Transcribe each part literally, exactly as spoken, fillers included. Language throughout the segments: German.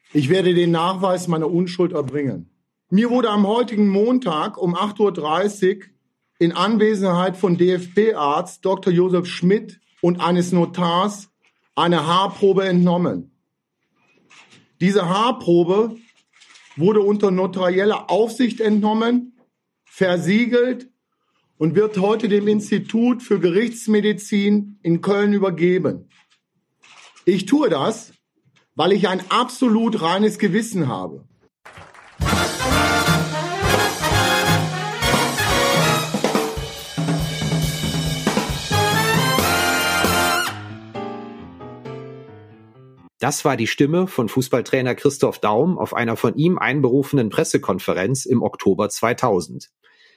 Ich werde den Nachweis meiner Unschuld erbringen. Mir wurde am heutigen Montag um acht Uhr dreißig in Anwesenheit von D F B-Arzt Doktor Josef Schmidt und eines Notars eine Haarprobe entnommen. Diese Haarprobe wurde unter notarieller Aufsicht entnommen, versiegelt und wird heute dem Institut für Gerichtsmedizin in Köln übergeben. Ich tue das, weil ich ein absolut reines Gewissen habe. Das war die Stimme von Fußballtrainer Christoph Daum auf einer von ihm einberufenen Pressekonferenz im Oktober zweitausend.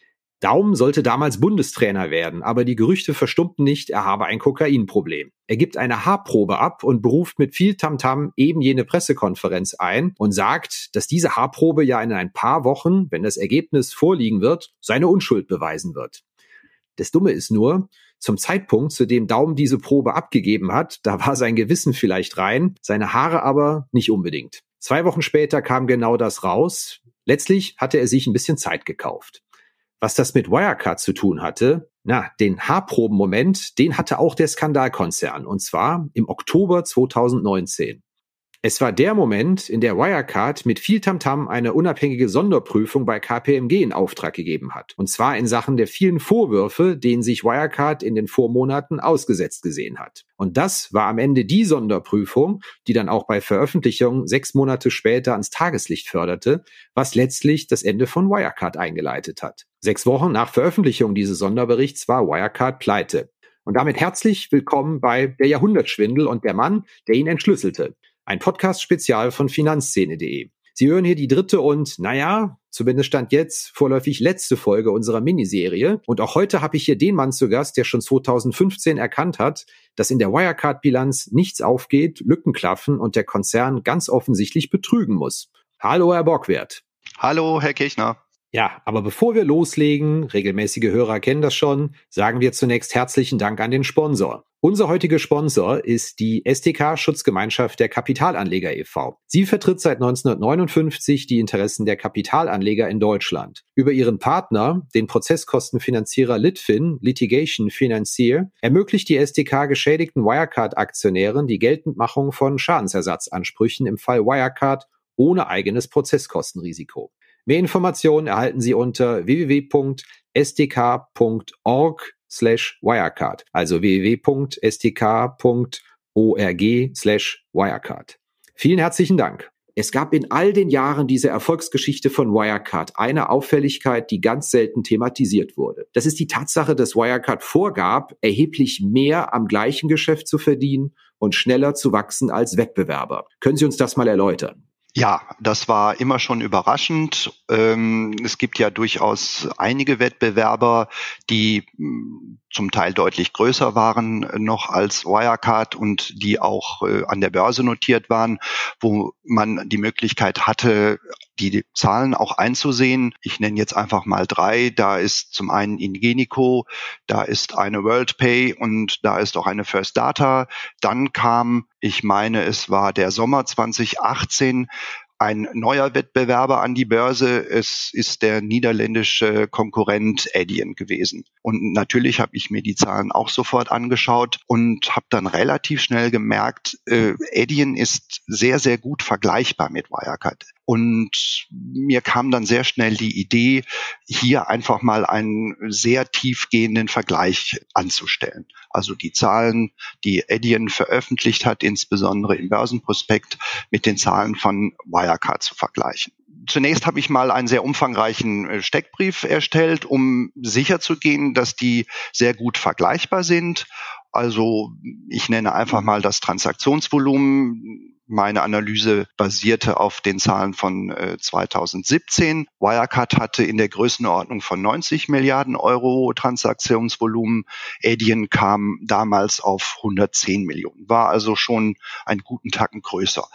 Daum sollte damals Bundestrainer werden, aber die Gerüchte verstummten nicht, er habe ein Kokainproblem. Er gibt eine Haarprobe ab und beruft mit viel Tamtam eben jene Pressekonferenz ein und sagt, dass diese Haarprobe ja in ein paar Wochen, wenn das Ergebnis vorliegen wird, seine Unschuld beweisen wird. Das Dumme ist nur, zum Zeitpunkt, zu dem Daum diese Probe abgegeben hat, da war sein Gewissen vielleicht rein, seine Haare aber nicht unbedingt. Zwei Wochen später kam genau das raus. Letztlich hatte er sich ein bisschen Zeit gekauft. Was das mit Wirecard zu tun hatte, na, den Haarprobenmoment, den hatte auch der Skandalkonzern, und zwar im Oktober zweitausendneunzehn. Es war der Moment, in der Wirecard mit viel Tamtam eine unabhängige Sonderprüfung bei K P M G in Auftrag gegeben hat. Und zwar in Sachen der vielen Vorwürfe, denen sich Wirecard in den Vormonaten ausgesetzt gesehen hat. Und das war am Ende die Sonderprüfung, die dann auch bei Veröffentlichung sechs Monate später ans Tageslicht förderte, was letztlich das Ende von Wirecard eingeleitet hat. Sechs Wochen nach Veröffentlichung dieses Sonderberichts war Wirecard pleite. Und damit herzlich willkommen bei Der Jahrhundertschwindel und der Mann, der ihn entschlüsselte. Ein Podcast-Spezial von Finanzszene punkt de. Sie hören hier die dritte und, naja, zumindest stand jetzt, vorläufig letzte Folge unserer Miniserie. Und auch heute habe ich hier den Mann zu Gast, der schon zweitausendfünfzehn erkannt hat, dass in der Wirecard-Bilanz nichts aufgeht, Lücken klaffen und der Konzern ganz offensichtlich betrügen muss. Hallo, Herr Borgwerth. Hallo, Herr Kirchner. Ja, aber bevor wir loslegen, regelmäßige Hörer kennen das schon, sagen wir zunächst herzlichen Dank an den Sponsor. Unser heutiger Sponsor ist die S D K Schutzgemeinschaft der Kapitalanleger e V Sie vertritt seit neunzehnhundertneunundfünfzig die Interessen der Kapitalanleger in Deutschland. Über ihren Partner, den Prozesskostenfinanzierer Litfin, Litigation Financier, ermöglicht die S D K geschädigten Wirecard-Aktionären die Geltendmachung von Schadensersatzansprüchen im Fall Wirecard ohne eigenes Prozesskostenrisiko. Mehr Informationen erhalten Sie unter w w w punkt s d k punkt org slash Wirecard, also w w w punkt s d k punkt org slash Wirecard. Vielen herzlichen Dank. Es gab in all den Jahren dieser Erfolgsgeschichte von Wirecard eine Auffälligkeit, die ganz selten thematisiert wurde. Das ist die Tatsache, dass Wirecard vorgab, erheblich mehr am gleichen Geschäft zu verdienen und schneller zu wachsen als Wettbewerber. Können Sie uns das mal erläutern? Ja, das war immer schon überraschend. Ähm, es gibt ja durchaus einige Wettbewerber, die mh, zum Teil deutlich größer waren noch als Wirecard und die auch äh, an der Börse notiert waren, wo man die Möglichkeit hatte, die Zahlen auch einzusehen. Ich nenne jetzt einfach mal drei. Da ist zum einen Ingenico, da ist eine Worldpay und da ist auch eine First Data. Dann kam, ich meine, es war der Sommer zweitausendachtzehn, ein neuer Wettbewerber an die Börse. Es ist der niederländische Konkurrent Adyen gewesen. Und natürlich habe ich mir die Zahlen auch sofort angeschaut und habe dann relativ schnell gemerkt, äh, Adyen ist sehr, sehr gut vergleichbar mit Wirecard. Und mir kam dann sehr schnell die Idee, hier einfach mal einen sehr tiefgehenden Vergleich anzustellen. Also die Zahlen, die Adyen veröffentlicht hat, insbesondere im Börsenprospekt, mit den Zahlen von Wirecard zu vergleichen. Zunächst habe ich mal einen sehr umfangreichen Steckbrief erstellt, um sicherzugehen, dass die sehr gut vergleichbar sind. Also ich nenne einfach mal das Transaktionsvolumen. Meine Analyse basierte auf den Zahlen von äh, zweitausendsiebzehn. Wirecard hatte in der Größenordnung von neunzig Milliarden Euro Transaktionsvolumen. Adyen kam damals auf hundertzehn Millionen, war also schon einen guten Tacken größer.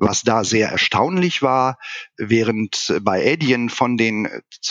Was da sehr erstaunlich war, während bei Adyen von den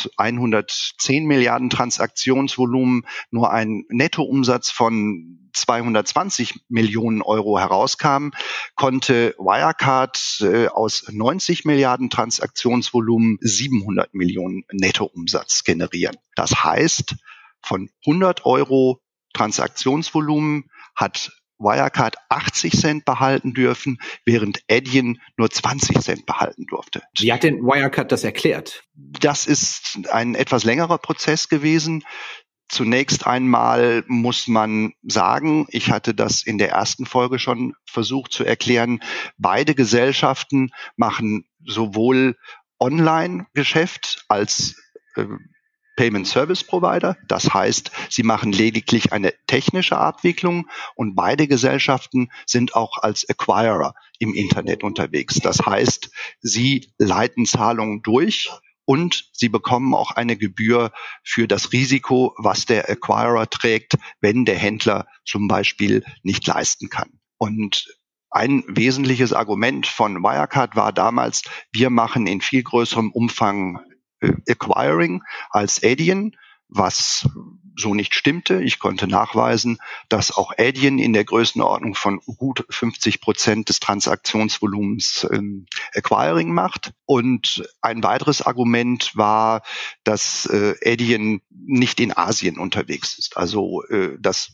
hundertzehn Milliarden Transaktionsvolumen nur ein Nettoumsatz von zweihundertzwanzig Millionen Euro herauskam, konnte Wirecard äh, aus neunzig Milliarden Transaktionsvolumen siebenhundert Millionen Nettoumsatz generieren. Das heißt, von hundert Euro Transaktionsvolumen hat Wirecard achtzig Cent behalten dürfen, während Adyen nur zwanzig Cent behalten durfte. Wie hat denn Wirecard das erklärt? Das ist ein etwas längerer Prozess gewesen. Zunächst einmal muss man sagen, ich hatte das in der ersten Folge schon versucht zu erklären, beide Gesellschaften machen sowohl Online-Geschäft als äh, Payment Service Provider. Das heißt, sie machen lediglich eine technische Abwicklung und beide Gesellschaften sind auch als Acquirer im Internet unterwegs. Das heißt, sie leiten Zahlungen durch und sie bekommen auch eine Gebühr für das Risiko, was der Acquirer trägt, wenn der Händler zum Beispiel nicht leisten kann. Und ein wesentliches Argument von Wirecard war damals, wir machen in viel größerem Umfang Acquiring als Adyen, was so nicht stimmte. Ich konnte nachweisen, dass auch Adyen in der Größenordnung von gut fünfzig Prozent des Transaktionsvolumens ähm, Acquiring macht. Und ein weiteres Argument war, dass äh, Adyen nicht in Asien unterwegs ist. Also äh, das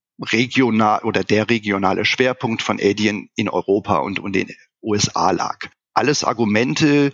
regional oder der regionale Schwerpunkt von Adyen in Europa und, und den U S A lag. Alles Argumente,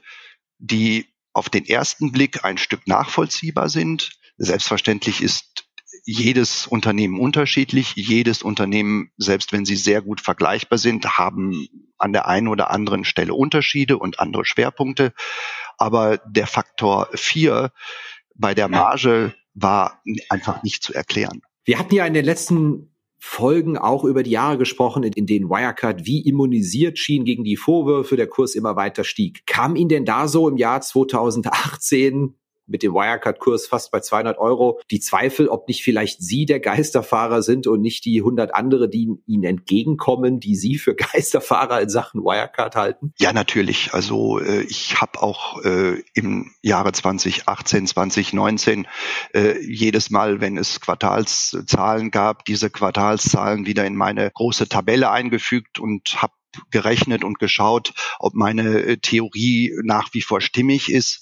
die auf den ersten Blick ein Stück nachvollziehbar sind. Selbstverständlich ist jedes Unternehmen unterschiedlich. Jedes Unternehmen, selbst wenn sie sehr gut vergleichbar sind, haben an der einen oder anderen Stelle Unterschiede und andere Schwerpunkte. Aber der Faktor vier bei der Marge war einfach nicht zu erklären. Wir hatten ja in den letzten Folgen auch über die Jahre gesprochen, in denen Wirecard wie immunisiert schien gegen die Vorwürfe, der Kurs immer weiter stieg. Kam Ihnen denn da so im Jahr zweitausendachtzehn mit dem Wirecard-Kurs fast bei zweihundert Euro die Zweifel, ob nicht vielleicht Sie der Geisterfahrer sind und nicht die hundert andere, die Ihnen entgegenkommen, die Sie für Geisterfahrer in Sachen Wirecard halten? Ja, natürlich. Also äh, ich habe auch äh, im Jahre zweitausendachtzehn, zweitausendneunzehn äh, jedes Mal, wenn es Quartalszahlen gab, diese Quartalszahlen wieder in meine große Tabelle eingefügt und habe gerechnet und geschaut, ob meine Theorie nach wie vor stimmig ist.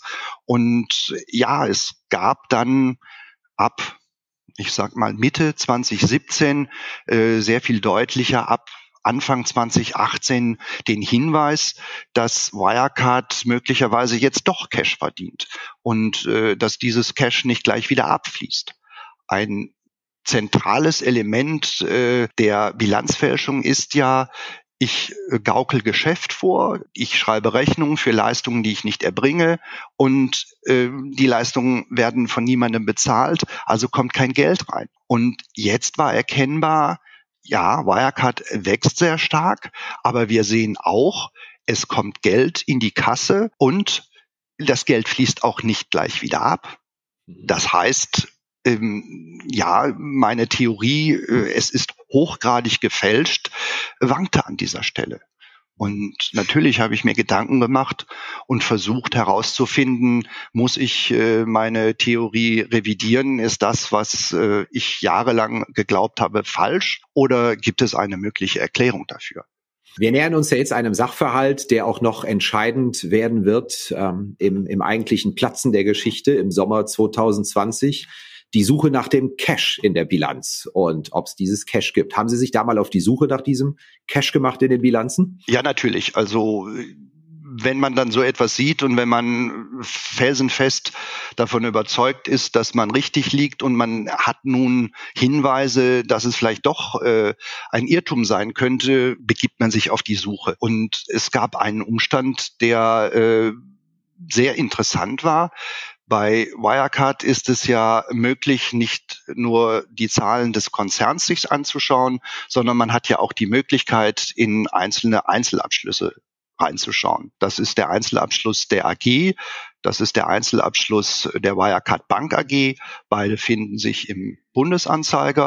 Und ja, es gab dann ab, ich sag mal Mitte zwanzig siebzehn äh, sehr viel deutlicher ab Anfang zwanzig achtzehn den Hinweis, dass Wirecard möglicherweise jetzt doch Cash verdient und äh, dass dieses Cash nicht gleich wieder abfließt. Ein zentrales Element äh, der Bilanzfälschung ist ja, ich gaukel Geschäft vor, ich schreibe Rechnungen für Leistungen, die ich nicht erbringe und äh, die Leistungen werden von niemandem bezahlt, also kommt kein Geld rein. Und jetzt war erkennbar, ja, Wirecard wächst sehr stark, aber wir sehen auch, es kommt Geld in die Kasse und das Geld fließt auch nicht gleich wieder ab. Das heißt, ähm, ja, meine Theorie, äh, es ist hochgradig gefälscht, wankte an dieser Stelle. Und natürlich habe ich mir Gedanken gemacht und versucht herauszufinden, muss ich äh, meine Theorie revidieren? Ist das, was äh, ich jahrelang geglaubt habe, falsch? Oder gibt es eine mögliche Erklärung dafür? Wir nähern uns ja jetzt einem Sachverhalt, der auch noch entscheidend werden wird ähm, im, im eigentlichen Platzen der Geschichte im Sommer zwanzig zwanzig. Die Suche nach dem Cash in der Bilanz und ob es dieses Cash gibt. Haben Sie sich da mal auf die Suche nach diesem Cash gemacht in den Bilanzen? Ja, natürlich. Also wenn man dann so etwas sieht und wenn man felsenfest davon überzeugt ist, dass man richtig liegt und man hat nun Hinweise, dass es vielleicht doch äh, ein Irrtum sein könnte, begibt man sich auf die Suche. Und es gab einen Umstand, der äh, sehr interessant war. Bei Wirecard ist es ja möglich, nicht nur die Zahlen des Konzerns sich anzuschauen, sondern man hat ja auch die Möglichkeit, in einzelne Einzelabschlüsse reinzuschauen. Das ist der Einzelabschluss der A G, das ist der Einzelabschluss der Wirecard Bank A G. Beide finden sich im Bundesanzeiger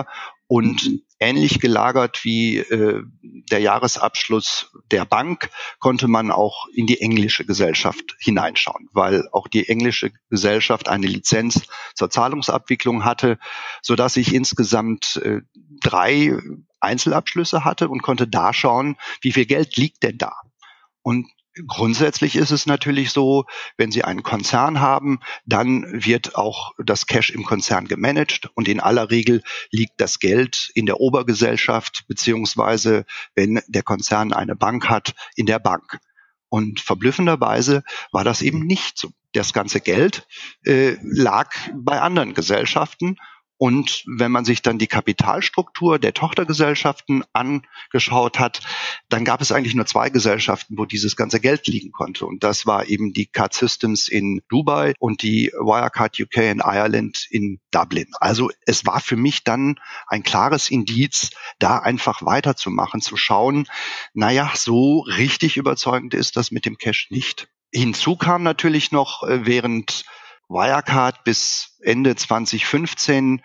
Und mhm. ähnlich gelagert wie äh, der Jahresabschluss der Bank konnte man auch in die englische Gesellschaft hineinschauen, weil auch die englische Gesellschaft eine Lizenz zur Zahlungsabwicklung hatte, sodass ich insgesamt äh, drei Einzelabschlüsse hatte und konnte da schauen, wie viel Geld liegt denn da. Und grundsätzlich ist es natürlich so, wenn Sie einen Konzern haben, dann wird auch das Cash im Konzern gemanagt und in aller Regel liegt das Geld in der Obergesellschaft beziehungsweise, wenn der Konzern eine Bank hat, in der Bank. Und verblüffenderweise war das eben nicht so. Das ganze Geld äh, lag bei anderen Gesellschaften. Und wenn man sich dann die Kapitalstruktur der Tochtergesellschaften angeschaut hat, dann gab es eigentlich nur zwei Gesellschaften, wo dieses ganze Geld liegen konnte. Und das war eben die Card Systems in Dubai und die Wirecard U K and Ireland in Dublin. Also es war für mich dann ein klares Indiz, da einfach weiterzumachen, zu schauen, naja, so richtig überzeugend ist das mit dem Cash nicht. Hinzu kam natürlich noch, während Wirecard bis Ende zwanzig fünfzehn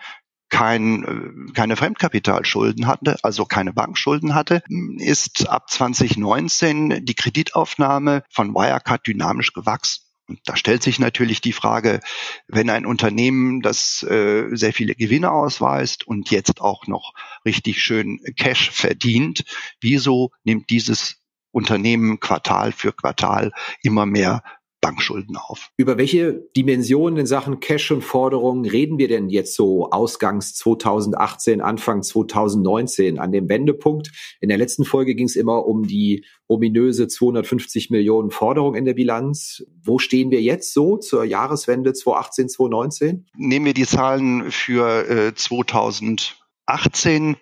kein, keine Fremdkapitalschulden hatte, also keine Bankschulden hatte, ist ab zwanzig neunzehn die Kreditaufnahme von Wirecard dynamisch gewachsen. Und da stellt sich natürlich die Frage, wenn ein Unternehmen, das äh, sehr viele Gewinne ausweist und jetzt auch noch richtig schön Cash verdient, wieso nimmt dieses Unternehmen Quartal für Quartal immer mehr Bankschulden auf? Über welche Dimensionen in Sachen Cash und Forderungen reden wir denn jetzt so ausgangs zwanzig achtzehn, Anfang zwanzig neunzehn an dem Wendepunkt? In der letzten Folge ging es immer um die ominöse zweihundertfünfzig Millionen Forderung in der Bilanz. Wo stehen wir jetzt so zur Jahreswende zwanzig achtzehn, zwanzig neunzehn? Nehmen wir die Zahlen für äh, zwanzig achtzehn.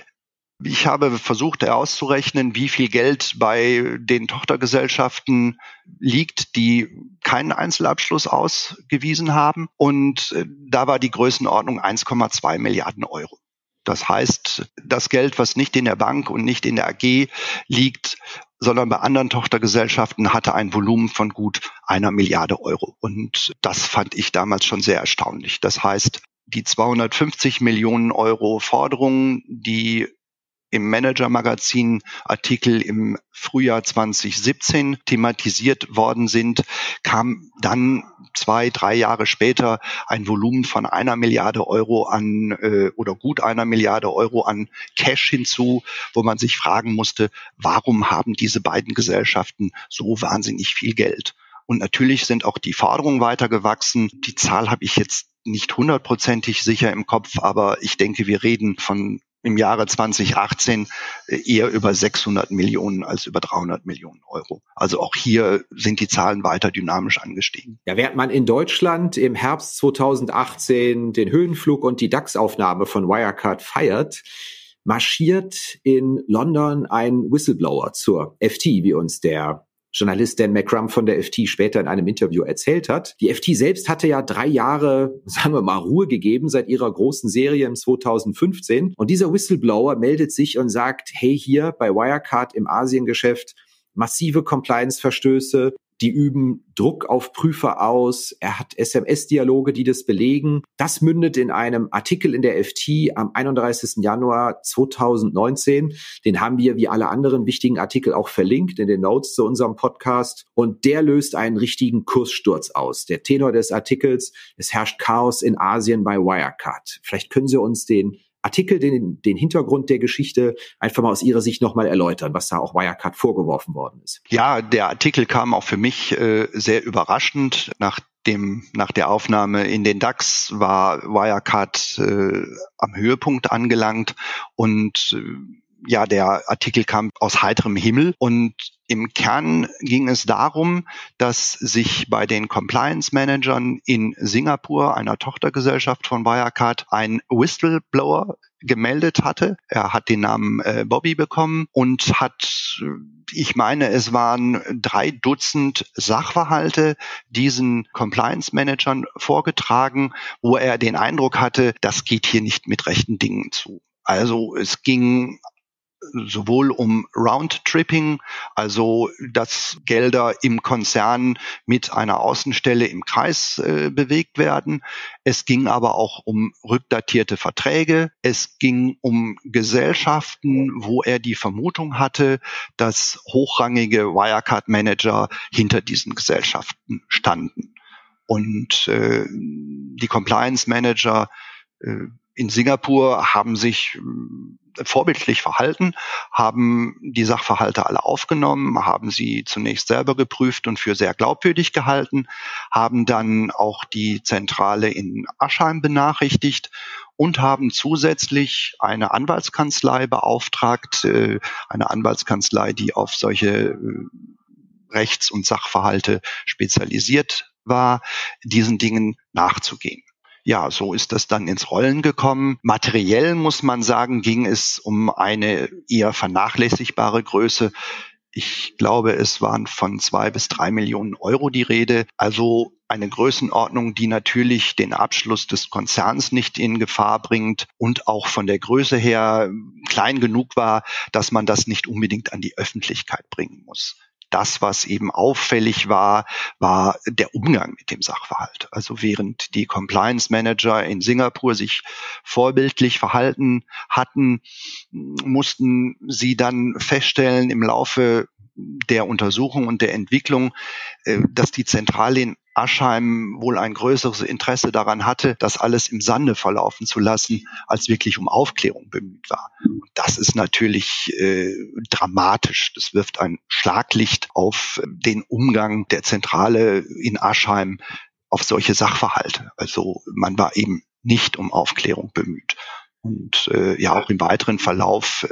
Ich habe versucht herauszurechnen, wie viel Geld bei den Tochtergesellschaften liegt, die keinen Einzelabschluss ausgewiesen haben. Und da war die Größenordnung eins Komma zwei Milliarden Euro. Das heißt, das Geld, was nicht in der Bank und nicht in der A G liegt, sondern bei anderen Tochtergesellschaften, hatte ein Volumen von gut einer Milliarde Euro. Und das fand ich damals schon sehr erstaunlich. Das heißt, die zweihundertfünfzig Millionen Euro Forderungen, die im Manager-Magazin-Artikel im Frühjahr zwanzig siebzehn thematisiert worden sind, kam dann zwei, drei Jahre später ein Volumen von einer Milliarde Euro an äh, oder gut einer Milliarde Euro an Cash hinzu, wo man sich fragen musste, warum haben diese beiden Gesellschaften so wahnsinnig viel Geld? Und natürlich sind auch die Forderungen weiter gewachsen. Die Zahl habe ich jetzt nicht hundertprozentig sicher im Kopf, aber ich denke, wir reden von im Jahre zwanzig achtzehn eher über sechshundert Millionen als über dreihundert Millionen Euro. Also auch hier sind die Zahlen weiter dynamisch angestiegen. Ja, während man in Deutschland im Herbst zwanzig achtzehn den Höhenflug und die DAX-Aufnahme von Wirecard feiert, marschiert in London ein Whistleblower zur F T, wie uns der Journalist Dan McCrum von der F T später in einem Interview erzählt hat. Die F T selbst hatte ja drei Jahre, sagen wir mal, Ruhe gegeben seit ihrer großen Serie im zwanzig fünfzehn. Und dieser Whistleblower meldet sich und sagt, hey, hier bei Wirecard im Asiengeschäft massive Compliance-Verstöße, die üben Druck auf Prüfer aus. Er hat S M S-Dialoge, die das belegen. Das mündet in einem Artikel in der F T am einunddreißigsten Januar zwanzig neunzehn. Den haben wir wie alle anderen wichtigen Artikel auch verlinkt in den Notes zu unserem Podcast. Und der löst einen richtigen Kurssturz aus. Der Tenor des Artikels: Es herrscht Chaos in Asien bei Wirecard. Vielleicht können Sie uns den Artikel, den, den Hintergrund der Geschichte einfach mal aus Ihrer Sicht nochmal erläutern, was da auch Wirecard vorgeworfen worden ist. Ja, der Artikel kam auch für mich äh, sehr überraschend. Nach dem, nach der Aufnahme in den DAX war Wirecard äh, am Höhepunkt angelangt und äh, ja, der Artikel kam aus heiterem Himmel und im Kern ging es darum, dass sich bei den Compliance-Managern in Singapur, einer Tochtergesellschaft von Wirecard, ein Whistleblower gemeldet hatte. Er hat den Namen äh, Bobby bekommen und hat, ich meine, es waren drei Dutzend Sachverhalte diesen Compliance-Managern vorgetragen, wo er den Eindruck hatte, das geht hier nicht mit rechten Dingen zu. Also es ging sowohl um Roundtripping, also dass Gelder im Konzern mit einer Außenstelle im Kreis äh, bewegt werden. Es ging aber auch um rückdatierte Verträge. Es ging um Gesellschaften, wo er die Vermutung hatte, dass hochrangige Wirecard-Manager hinter diesen Gesellschaften standen. Und äh, die Compliance-Manager äh, in Singapur haben sich äh, vorbildlich verhalten, haben die Sachverhalte alle aufgenommen, haben sie zunächst selber geprüft und für sehr glaubwürdig gehalten, haben dann auch die Zentrale in Aschheim benachrichtigt und haben zusätzlich eine Anwaltskanzlei beauftragt, äh, eine Anwaltskanzlei, die auf solche äh, Rechts- und Sachverhalte spezialisiert war, diesen Dingen nachzugehen. Ja, so ist das dann ins Rollen gekommen. Materiell muss man sagen, ging es um eine eher vernachlässigbare Größe. Ich glaube, es waren von zwei bis drei Millionen Euro die Rede. Also eine Größenordnung, die natürlich den Abschluss des Konzerns nicht in Gefahr bringt und auch von der Größe her klein genug war, dass man das nicht unbedingt an die Öffentlichkeit bringen muss. Das, was eben auffällig war, war der Umgang mit dem Sachverhalt. Also während die Compliance Manager in Singapur sich vorbildlich verhalten hatten, mussten sie dann feststellen im Laufe der Untersuchung und der Entwicklung, dass die Zentrale in Aschheim wohl ein größeres Interesse daran hatte, das alles im Sande verlaufen zu lassen, als wirklich um Aufklärung bemüht war. Und das ist natürlich äh, dramatisch. Das wirft ein Schlaglicht auf den Umgang der Zentrale in Aschheim auf solche Sachverhalte. Also man war eben nicht um Aufklärung bemüht. Und äh, ja, auch im weiteren Verlauf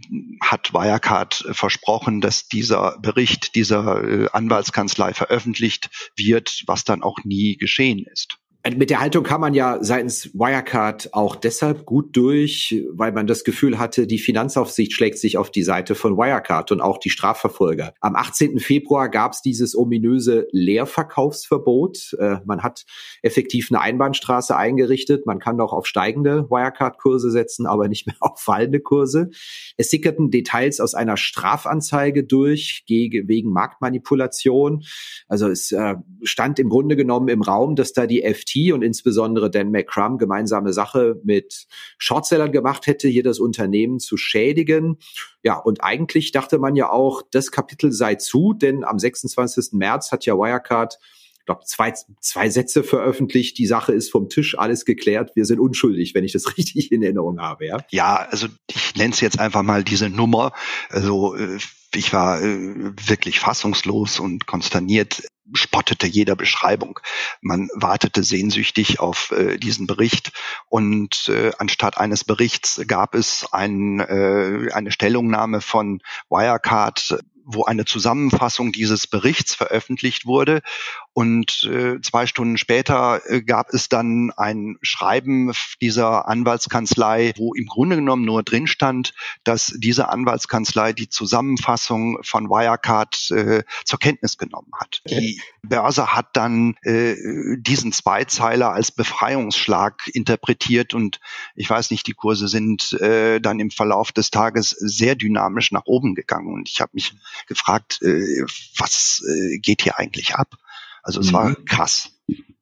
hat Wirecard versprochen, dass dieser Bericht dieser äh, Anwaltskanzlei veröffentlicht wird, was dann auch nie geschehen ist. Mit der Haltung kam man ja seitens Wirecard auch deshalb gut durch, weil man das Gefühl hatte, die Finanzaufsicht schlägt sich auf die Seite von Wirecard und auch die Strafverfolger. Am achtzehnten Februar gab es dieses ominöse Leerverkaufsverbot. Äh, man hat effektiv eine Einbahnstraße eingerichtet. Man kann auch auf steigende Wirecard-Kurse setzen, aber nicht mehr auf fallende Kurse. Es sickerten Details aus einer Strafanzeige durch gegen, wegen Marktmanipulation. Also es äh, stand im Grunde genommen im Raum, dass da die F T und insbesondere Dan McCrum gemeinsame Sache mit Shortsellern gemacht hätte, hier das Unternehmen zu schädigen. Ja, und eigentlich dachte man ja auch, das Kapitel sei zu, denn am sechsundzwanzigsten März hat ja Wirecard, ich glaube, zwei, zwei Sätze veröffentlicht, die Sache ist vom Tisch, alles geklärt, wir sind unschuldig, wenn ich das richtig in Erinnerung habe. Ja, ja, also ich nenne es jetzt einfach mal diese Nummer. Also ich war wirklich fassungslos und konsterniert, spottete jeder Beschreibung. Man wartete sehnsüchtig auf äh, diesen Bericht und äh, anstatt eines Berichts gab es ein, äh, eine Stellungnahme von Wirecard, wo eine Zusammenfassung dieses Berichts veröffentlicht wurde. Und äh, zwei Stunden später äh, gab es dann ein Schreiben dieser Anwaltskanzlei, wo im Grunde genommen nur drin stand, dass diese Anwaltskanzlei die Zusammenfassung von Wirecard äh, zur Kenntnis genommen hat. Die Börse hat dann äh, diesen Zweizeiler als Befreiungsschlag interpretiert und ich weiß nicht, die Kurse sind äh, dann im Verlauf des Tages sehr dynamisch nach oben gegangen. Und ich habe mich gefragt, äh, was äh, geht hier eigentlich ab? Also es war krass.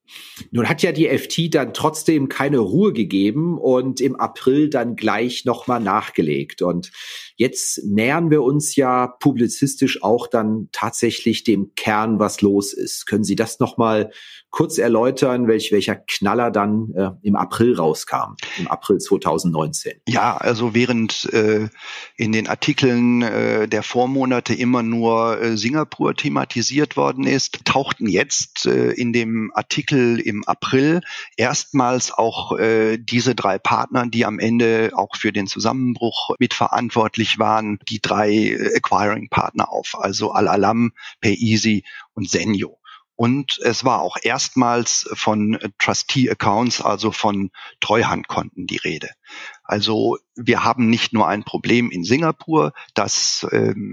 Nun hat ja die F T dann trotzdem keine Ruhe gegeben und im April dann gleich nochmal nachgelegt. Und jetzt nähern wir uns ja publizistisch auch dann tatsächlich dem Kern, was los ist. Können Sie das nochmal kurz erläutern, welch, welcher Knaller dann äh, im April rauskam, im April zweitausendneunzehn? Ja, also während äh, in den Artikeln äh, der Vormonate immer nur äh, Singapur thematisiert worden ist, tauchten jetzt äh, in dem Artikel im April erstmals auch äh, diese drei Partner, die am Ende auch für den Zusammenbruch mitverantwortlich waren, die drei äh, Acquiring-Partner auf, also Al-Alam, PayEasy und Zenjo. Und es war auch erstmals von Trustee-Accounts, also von Treuhandkonten die Rede. Also wir haben nicht nur ein Problem in Singapur, das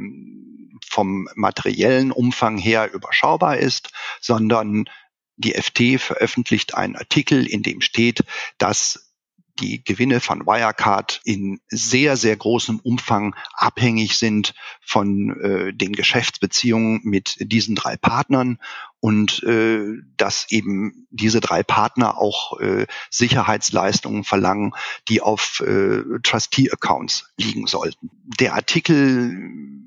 ähm, vom materiellen Umfang her überschaubar ist, sondern die F T veröffentlicht einen Artikel, in dem steht, dass die Gewinne von Wirecard in sehr, sehr großem Umfang abhängig sind von äh, den Geschäftsbeziehungen mit diesen drei Partnern und äh, dass eben diese drei Partner auch äh, Sicherheitsleistungen verlangen, die auf äh, Trustee-Accounts liegen sollten. Der Artikel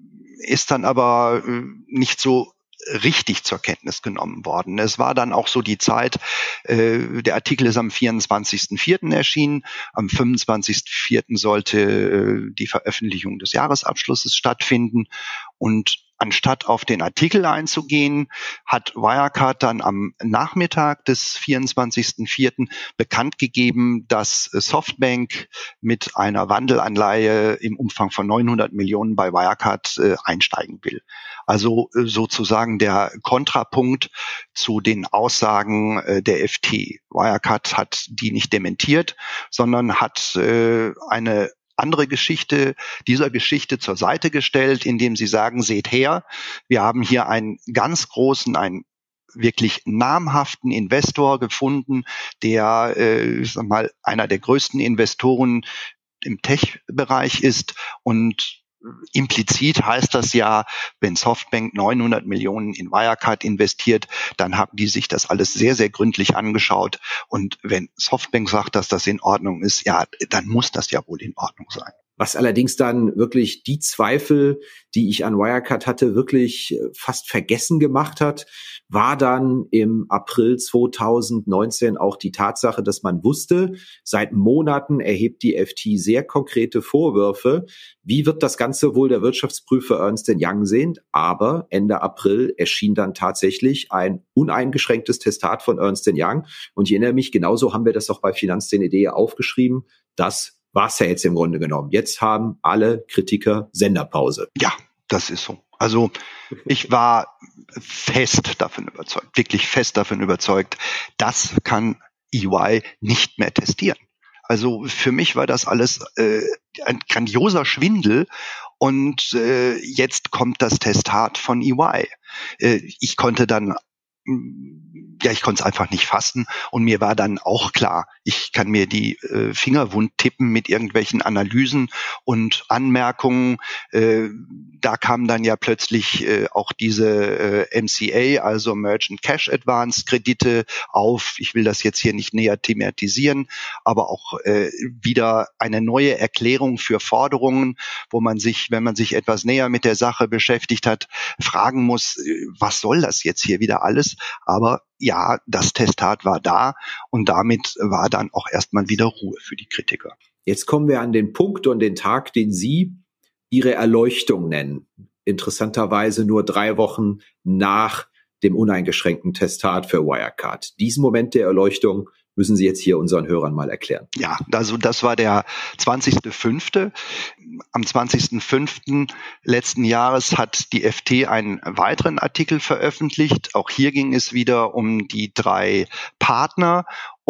ist dann aber äh, nicht so richtig zur Kenntnis genommen worden. Es war dann auch so die Zeit, äh, der Artikel ist am vierundzwanzigsten vierten erschienen, am fünfundzwanzigsten vierten sollte äh, die Veröffentlichung des Jahresabschlusses stattfinden und anstatt auf den Artikel einzugehen, hat Wirecard dann am Nachmittag des vierundzwanzigsten vierten bekannt gegeben, dass Softbank mit einer Wandelanleihe im Umfang von neunhundert Millionen bei Wirecard äh, einsteigen will. Also äh, sozusagen der Kontrapunkt zu den Aussagen äh, der F T. Wirecard hat die nicht dementiert, sondern hat äh, eine andere Geschichte dieser Geschichte zur Seite gestellt, indem sie sagen, seht her, wir haben hier einen ganz großen, einen wirklich namhaften Investor gefunden, der, äh, ich sag mal, einer der größten Investoren im Tech-Bereich ist und implizit heißt das ja, wenn Softbank neunhundert Millionen in Wirecard investiert, dann haben die sich das alles sehr, sehr gründlich angeschaut. Und wenn Softbank sagt, dass das in Ordnung ist, ja, dann muss das ja wohl in Ordnung sein. Was allerdings dann wirklich die Zweifel, die ich an Wirecard hatte, wirklich fast vergessen gemacht hat, war dann im April zweitausendneunzehn auch die Tatsache, dass man wusste, seit Monaten erhebt die F T sehr konkrete Vorwürfe. Wie wird das Ganze wohl der Wirtschaftsprüfer Ernst and Young sehen? Aber Ende April erschien dann tatsächlich ein uneingeschränktes Testat von Ernst and Young. Und ich erinnere mich, genauso haben wir das auch bei Finanzszene.de aufgeschrieben, dass war's ja jetzt im Grunde genommen. Jetzt haben alle Kritiker Senderpause. Ja, das ist so. Also ich war fest davon überzeugt, wirklich fest davon überzeugt, das kann E Y nicht mehr testieren. Also für mich war das alles äh, ein grandioser Schwindel und äh, jetzt kommt das Testat von E Y. Äh, ich konnte dann ja, ich konnte es einfach nicht fassen und mir war dann auch klar, ich kann mir die äh, Finger wund tippen mit irgendwelchen Analysen und Anmerkungen. Äh, da kamen dann ja plötzlich äh, auch diese äh, M C A, also Merchant Cash Advance Kredite auf. Ich will das jetzt hier nicht näher thematisieren, aber auch äh, wieder eine neue Erklärung für Forderungen, wo man sich, wenn man sich etwas näher mit der Sache beschäftigt hat, fragen muss, was soll das jetzt hier wieder alles? Aber ja, das Testat war da und damit war dann auch erstmal wieder Ruhe für die Kritiker. Jetzt kommen wir an den Punkt und den Tag, den Sie Ihre Erleuchtung nennen. Interessanterweise nur drei Wochen nach dem uneingeschränkten Testat für Wirecard. Diesen Moment der Erleuchtung müssen Sie jetzt hier unseren Hörern mal erklären. Ja, also das war der zwanzigsten fünften Am zwanzigsten fünften letzten Jahres hat die F T einen weiteren Artikel veröffentlicht. Auch hier ging es wieder um die drei Partner.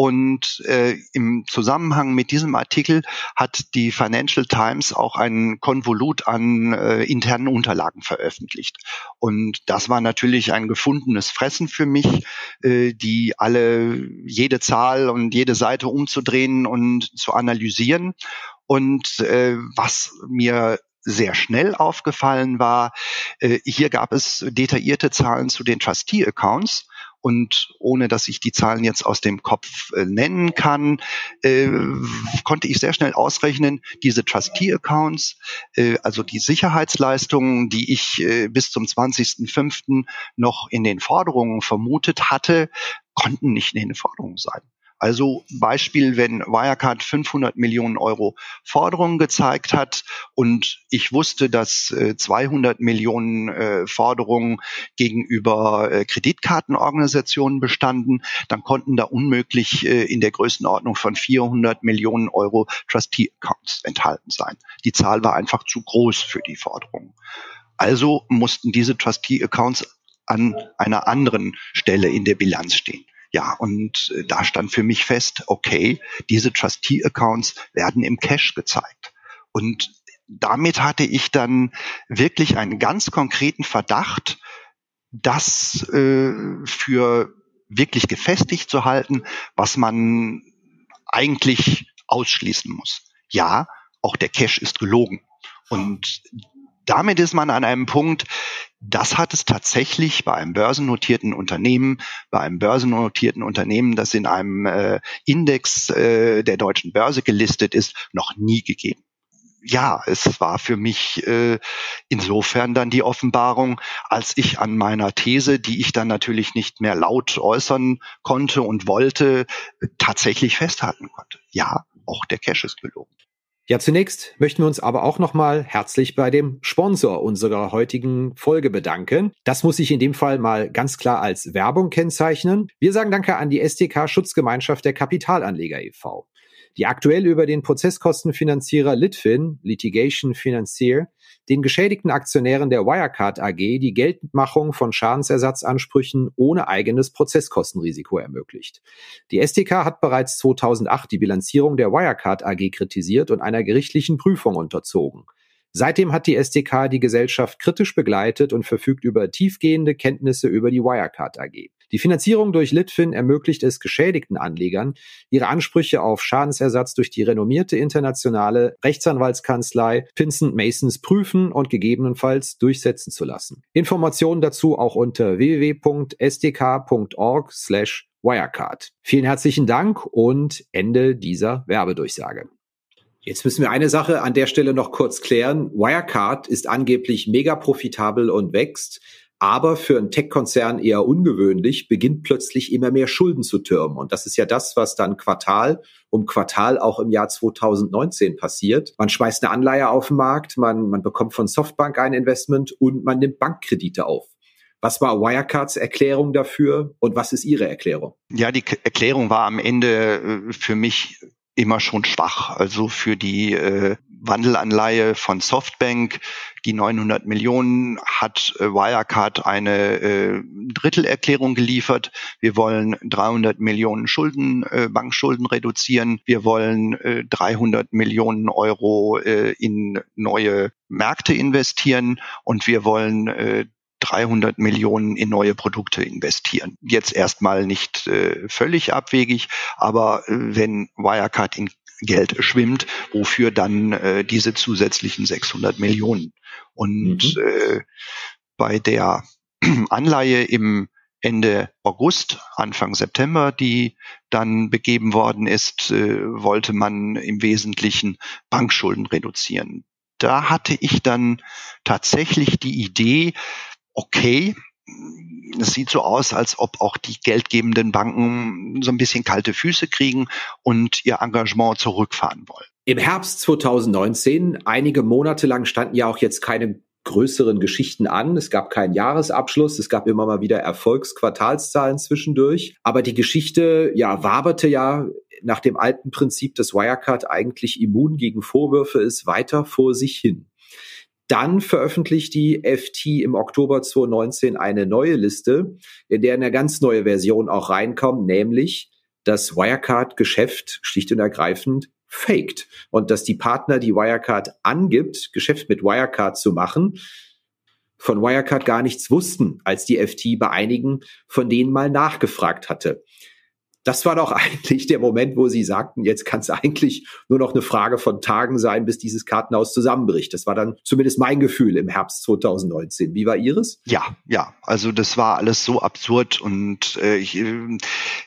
Und äh, im Zusammenhang mit diesem Artikel hat die Financial Times auch einen Konvolut an äh, internen Unterlagen veröffentlicht. Und das war natürlich ein gefundenes Fressen für mich, äh, die alle, jede Zahl und jede Seite umzudrehen und zu analysieren. Und äh, was mir sehr schnell aufgefallen war, äh, hier gab es detaillierte Zahlen zu den Trustee-Accounts. Und ohne dass ich die Zahlen jetzt aus dem Kopf äh, nennen kann, äh, konnte ich sehr schnell ausrechnen, diese Trustee-Accounts, äh, also die Sicherheitsleistungen, die ich äh, bis zum zwanzigsten fünften noch in den Forderungen vermutet hatte, konnten nicht in den Forderungen sein. Also Beispiel, wenn Wirecard fünfhundert Millionen Euro Forderungen gezeigt hat und ich wusste, dass äh, zweihundert Millionen äh, Forderungen gegenüber äh, Kreditkartenorganisationen bestanden, dann konnten da unmöglich äh, in der Größenordnung von vierhundert Millionen Euro Trustee-Accounts enthalten sein. Die Zahl war einfach zu groß für die Forderungen. Also mussten diese Trustee-Accounts an einer anderen Stelle in der Bilanz stehen. Ja, und äh, da stand für mich fest, okay, diese Trustee-Accounts werden im Cash gezeigt. Und damit hatte ich dann wirklich einen ganz konkreten Verdacht, das äh, für wirklich gefestigt zu halten, was man eigentlich ausschließen muss. Ja, auch der Cash ist gelogen. Und damit ist man an einem Punkt, das hat es tatsächlich bei einem börsennotierten Unternehmen, bei einem börsennotierten Unternehmen, das in einem äh, Index äh, der deutschen Börse gelistet ist, noch nie gegeben. Ja, es war für mich äh, insofern dann die Offenbarung, als ich an meiner These, die ich dann natürlich nicht mehr laut äußern konnte und wollte, tatsächlich festhalten konnte. Ja, auch der Cash ist gelogen. Ja, zunächst möchten wir uns aber auch nochmal herzlich bei dem Sponsor unserer heutigen Folge bedanken. Das muss ich in dem Fall mal ganz klar als Werbung kennzeichnen. Wir sagen Danke an die S D K Schutzgemeinschaft der Kapitalanleger e V, die aktuell über den Prozesskostenfinanzierer Litfin, Litigation Financier, den geschädigten Aktionären der Wirecard A G die Geltendmachung von Schadensersatzansprüchen ohne eigenes Prozesskostenrisiko ermöglicht. Die S D K hat bereits zweitausendacht die Bilanzierung der Wirecard A G kritisiert und einer gerichtlichen Prüfung unterzogen. Seitdem hat die S D K die Gesellschaft kritisch begleitet und verfügt über tiefgehende Kenntnisse über die Wirecard A G. Die Finanzierung durch Litfin ermöglicht es geschädigten Anlegern, ihre Ansprüche auf Schadensersatz durch die renommierte internationale Rechtsanwaltskanzlei Vincent Masons prüfen und gegebenenfalls durchsetzen zu lassen. Informationen dazu auch unter w w w punkt s d k punkt org slash wirecard. Vielen herzlichen Dank und Ende dieser Werbedurchsage. Jetzt müssen wir eine Sache an der Stelle noch kurz klären. Wirecard ist angeblich mega profitabel und wächst, aber für einen Tech-Konzern eher ungewöhnlich, beginnt plötzlich immer mehr Schulden zu türmen. Und das ist ja das, was dann Quartal um Quartal auch im Jahr zweitausendneunzehn passiert. Man schmeißt eine Anleihe auf den Markt, man, man bekommt von Softbank ein Investment und man nimmt Bankkredite auf. Was war Wirecards Erklärung dafür und was ist Ihre Erklärung? Ja, die K- Erklärung war am Ende äh, für mich immer schon schwach. Also für die äh, Wandelanleihe von Softbank, die neunhundert Millionen, hat äh, Wirecard eine äh, Drittelerklärung geliefert. Wir wollen dreihundert Millionen Schulden, äh, Bankschulden reduzieren. Wir wollen äh, dreihundert Millionen Euro äh, in neue Märkte investieren und wir wollen äh, dreihundert Millionen in neue Produkte investieren. Jetzt erstmal nicht äh, völlig abwegig, aber äh, wenn Wirecard in Geld schwimmt, wofür dann äh, diese zusätzlichen sechshundert Millionen? Und mhm. äh, bei der Anleihe im Ende August, Anfang September, die dann begeben worden ist, äh, wollte man im Wesentlichen Bankschulden reduzieren. Da hatte ich dann tatsächlich die Idee, okay, es sieht so aus, als ob auch die geldgebenden Banken so ein bisschen kalte Füße kriegen und ihr Engagement zurückfahren wollen. Im Herbst zweitausendneunzehn, einige Monate lang standen ja auch jetzt keine größeren Geschichten an. Es gab keinen Jahresabschluss, es gab immer mal wieder Erfolgsquartalszahlen zwischendurch. Aber die Geschichte, ja, waberte ja nach dem alten Prinzip, dass Wirecard eigentlich immun gegen Vorwürfe ist, weiter vor sich hin. Dann veröffentlicht die F T im Oktober zweitausendneunzehn eine neue Liste, in der eine ganz neue Version auch reinkommt, nämlich das Wirecard-Geschäft schlicht und ergreifend faked. Und dass die Partner, die Wirecard angibt, Geschäft mit Wirecard zu machen, von Wirecard gar nichts wussten, als die F T bei einigen von denen mal nachgefragt hatte. Das war doch eigentlich der Moment, wo sie sagten, jetzt kann es eigentlich nur noch eine Frage von Tagen sein, bis dieses Kartenhaus zusammenbricht. Das war dann zumindest mein Gefühl im Herbst zweitausendneunzehn. Wie war Ihres? Ja, ja, also das war alles so absurd und äh, ich, äh,